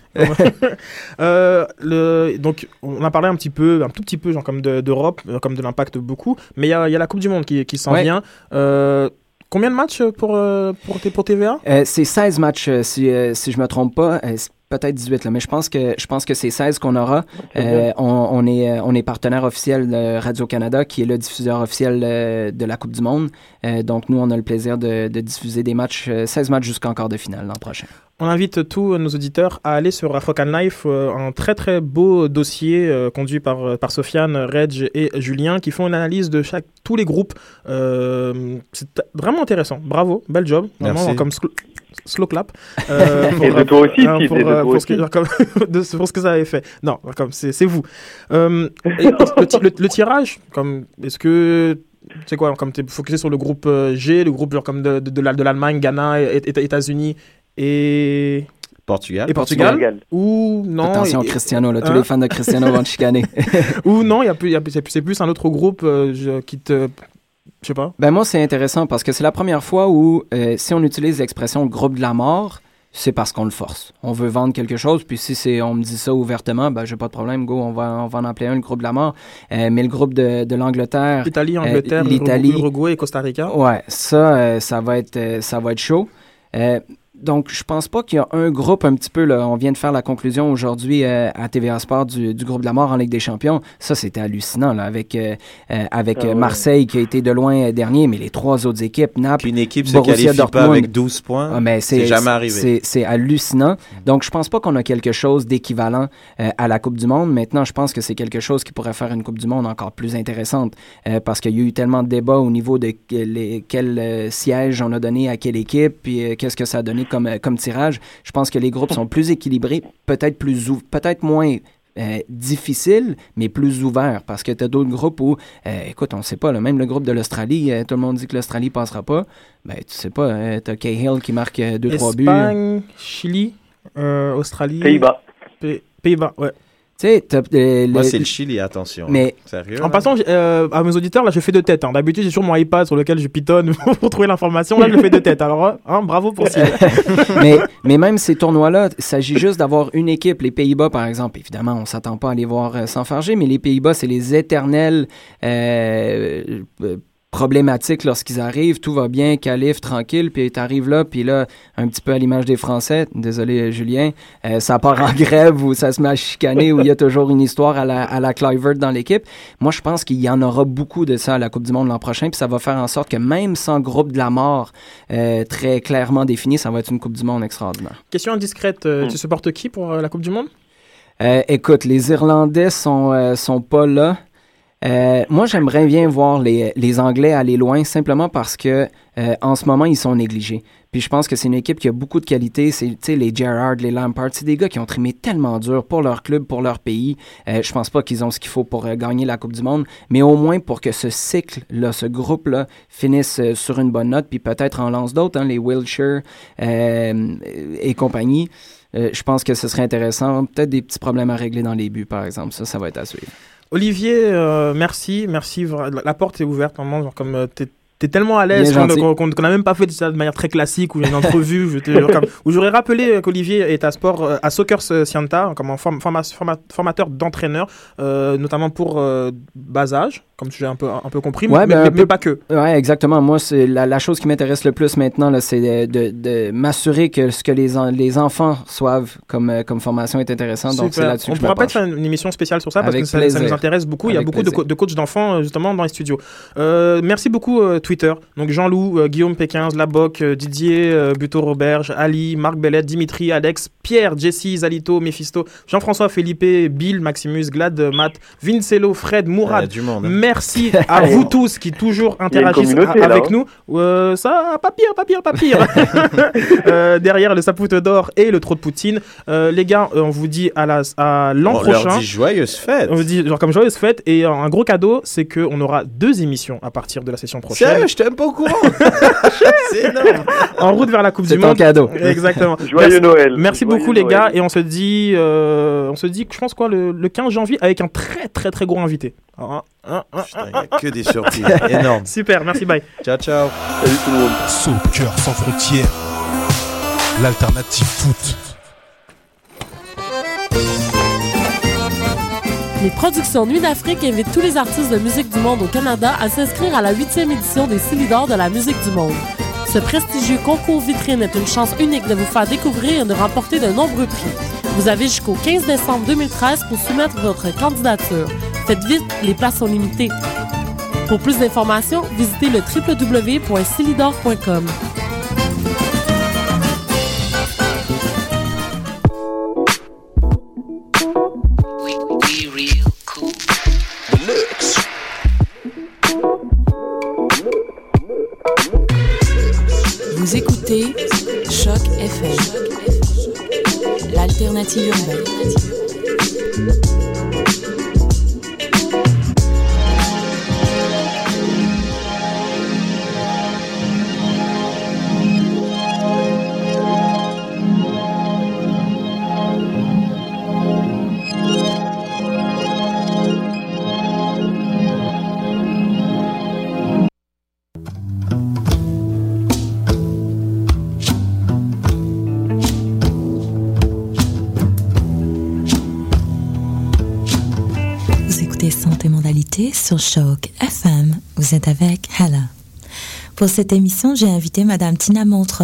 euh, le, donc, on a parlé un petit peu, un tout petit peu, genre comme de, d'Europe, comme de l'Impact beaucoup, mais il y a, y a la Coupe du Monde qui, qui s'en ouais. vient. Euh, combien de matchs pour, pour, pour T V A? Euh, c'est seize matchs, si, euh, si je ne me trompe pas. Euh, peut-être dix-huit, là, mais je pense que je pense que c'est seize qu'on aura. Euh, on, on, est, on est partenaire officiel de Radio-Canada, qui est le diffuseur officiel euh, de la Coupe du Monde. Euh, donc, nous, on a le plaisir de, de diffuser des matchs, euh, seize matchs jusqu'en quart de finale l'an prochain. On invite tous nos auditeurs à aller sur African Life, euh, un très très beau dossier euh, conduit par, par Sofiane, Reg et Julien, qui font une analyse de chaque, tous les groupes. Euh, c'est vraiment intéressant. Bravo, bel job. Vraiment, Merci. Comme sl- slow clap. Euh, pour, et de toi aussi, hein, pour, et de toi pour, aussi. Ce que, comme, de, pour ce que ça avait fait. Non, comme c'est, c'est vous. Euh, et, le, le, le tirage, comme, est-ce que... C'est quoi, comme tu es focusé sur le groupe G, le groupe genre comme de, de, de, de l'Allemagne, Ghana, et, et, États-Unis et Portugal. Et Portugal, Portugal. Ou non. Attention, et, Cristiano, là, hein? tous les fans de Cristiano vont te chicaner. Ou non, y a plus, y a, c'est, c'est plus un autre groupe euh, je, qui te. Je sais pas. Ben moi, c'est intéressant parce que c'est la première fois où, euh, si on utilise l'expression groupe de la mort, c'est parce qu'on le force. On veut vendre quelque chose, puis si c'est, on me dit ça ouvertement, ben j'ai pas de problème, go, on va, on va en appeler un, le groupe de la mort. Euh, mais le groupe de, de l'Angleterre... L'Italie, Angleterre, euh, l'Italie, Uruguay et Costa Rica. Ouais, ça, euh, ça va être, euh, ça va être chaud. Euh, donc, je pense pas qu'il y a un groupe un petit peu, là, on vient de faire la conclusion aujourd'hui euh, à T V A Sport du, du groupe de la mort en Ligue des Champions. Ça, c'était hallucinant, là, avec, euh, euh, avec ah ouais. Marseille qui a été de loin euh, dernier, mais les trois autres équipes, Naples, Qu'une équipe se Borussia qualifie Dortmund, pas avec douze points, ah, mais c'est, c'est jamais arrivé. C'est, c'est hallucinant. Donc, je pense pas qu'on a quelque chose d'équivalent euh, à la Coupe du Monde. Maintenant, je pense que c'est quelque chose qui pourrait faire une Coupe du Monde encore plus intéressante euh, parce qu'il y a eu tellement de débats au niveau de les, quel euh, siège on a donné à quelle équipe, puis euh, qu'est-ce que ça a donné comme, euh, comme tirage. Je pense que les groupes sont plus équilibrés, peut-être plus ou- peut-être moins euh, difficiles, mais plus ouverts. Parce que tu as d'autres groupes où, euh, écoute, on ne sait pas, là, même le groupe de l'Australie, euh, tout le monde dit que l'Australie ne passera pas. Ben, tu sais pas, euh, tu as Cahill qui marque deux trois buts. Espagne, Chili, euh, Australie. Pays-Bas. P- Pays-Bas, ouais. Tu sais, t'as, euh, Moi, le, c'est le Chili, attention. Mais, sérieux? En là? passant, euh, à mes auditeurs, là, je fais de tête. Hein. D'habitude, j'ai toujours mon iPad sur lequel je pitonne pour trouver l'information. Là, je le fais de tête. Alors, hein, bravo pour ça. mais, mais même ces tournois-là, il s'agit juste d'avoir une équipe. Les Pays-Bas, par exemple, évidemment, on ne s'attend pas à les voir euh, s'enfarger, mais les Pays-Bas, c'est les éternels euh, euh, problématiques lorsqu'ils arrivent. Tout va bien, calife, tranquille, puis tu arrives là, puis là, un petit peu à l'image des Français, désolé Julien, euh, ça part en grève ou ça se met à chicaner, où il y a toujours une histoire à la, à la Kluivert dans l'équipe. Moi, je pense qu'il y en aura beaucoup de ça à la Coupe du Monde l'an prochain, puis ça va faire en sorte que même sans groupe de la mort euh, très clairement défini, ça va être une Coupe du Monde extraordinaire. Question indiscrète, euh, tu supportes qui pour euh, la Coupe du Monde? Euh, écoute, les Irlandais sont, euh, sont pas là. Euh, moi, j'aimerais bien voir les, les Anglais aller loin, simplement parce que euh, en ce moment, ils sont négligés. Puis je pense que c'est une équipe qui a beaucoup de qualité. C'est, tu sais, les Gerrard, les Lampard, c'est des gars qui ont trimé tellement dur pour leur club, pour leur pays. Euh, je pense pas qu'ils ont ce qu'il faut pour euh, gagner la Coupe du Monde, mais au moins pour que ce cycle-là, ce groupe-là, finisse euh, sur une bonne note, puis peut-être en lance d'autres, hein, les Wilshere euh, et compagnie. Euh, je pense que ce serait intéressant. Peut-être des petits problèmes à régler dans les buts, par exemple. Ça, ça va être à suivre. Olivier, euh, merci, merci. La porte est ouverte, vraiment, genre comme euh, t'es, t'es tellement à l'aise qu'on, qu'on, qu'on, qu'on a même pas fait ça de manière très classique ou une entrevue je te, genre, comme, où j'aurais rappelé qu'Olivier est à sport, euh, à Soccer Scienta, comme en form, forma, forma, formateur d'entraîneurs, euh, notamment pour euh, bas âge, comme j'ai un peu, un peu compris, Ouais, mais, ben, mais, un mais peu- pas que. Ouais, exactement. Moi, c'est la, la chose qui m'intéresse le plus maintenant, là, c'est de, de, de m'assurer que ce que les, en- les enfants soivent comme, euh, comme formation est intéressant. Donc, c'est Super. là-dessus On que je pourra me peut-être penche. faire une émission spéciale sur ça parce Avec que ça, plaisir. ça nous intéresse beaucoup. Il y a Avec beaucoup de, plaisir. co- de coachs d'enfants euh, justement dans les studios. Euh, merci beaucoup euh, Twitter. Donc Jean-Loup, euh, Guillaume Pékin, Laboc, euh, Didier, euh, Buteau-Roberge, Ali, Marc Bellet, Dimitri, Alex, Pierre, Jessie, Zalito, Mephisto, Jean-François, Felipe, Bill, Maximus, Glad, euh, Matt, Vincello, Fred, Il y a Mourad. du monde. hein. Merci à vous tous qui toujours Il y a une interagissent communauté, a- là, avec hein. nous. Euh, ça, pas pire, pas pire, pas pire. Euh, derrière le sapoute d'or et le trot de poutine. Euh, les gars, euh, on vous dit à la- à l'an On prochain. leur dit joyeuse fête. On vous dit genre comme joyeuse fête et un gros cadeau, c'est qu'on aura deux émissions à partir de la session prochaine. Sérieux, je t'aime pas au courant. C'est énorme. En route vers la Coupe C'est du ton Monde. cadeau. Exactement. Joyeux Merci, Noël. merci Joyeux beaucoup les Noël. gars et on se dit, euh, on se dit, je pense quoi, le, le quinze janvier avec un très très très gros invité. Ah, ah, ah, Putain, il y a que des surprises. Énorme. super, merci, bye. Ciao, ciao. Salut tout le monde. Soccer sans frontières, l'alternative foot. Les productions Nuit d'Afrique invitent tous les artistes de musique du monde au Canada à s'inscrire à la huitième édition des Silidor de la musique du monde. Ce prestigieux concours vitrine est une chance unique de vous faire découvrir et de remporter de nombreux prix. Vous avez jusqu'au quinze décembre deux mille treize pour soumettre votre candidature. Faites vite, les places sont limitées. Pour plus d'informations, visitez le w w w point silidor point com. Vous écoutez Choc F M, l'alternative urbaine. Vous écoutez Santé Modalité sur Choc F M. Vous êtes avec Hala. Pour cette émission, j'ai invité Madame Tina Montre.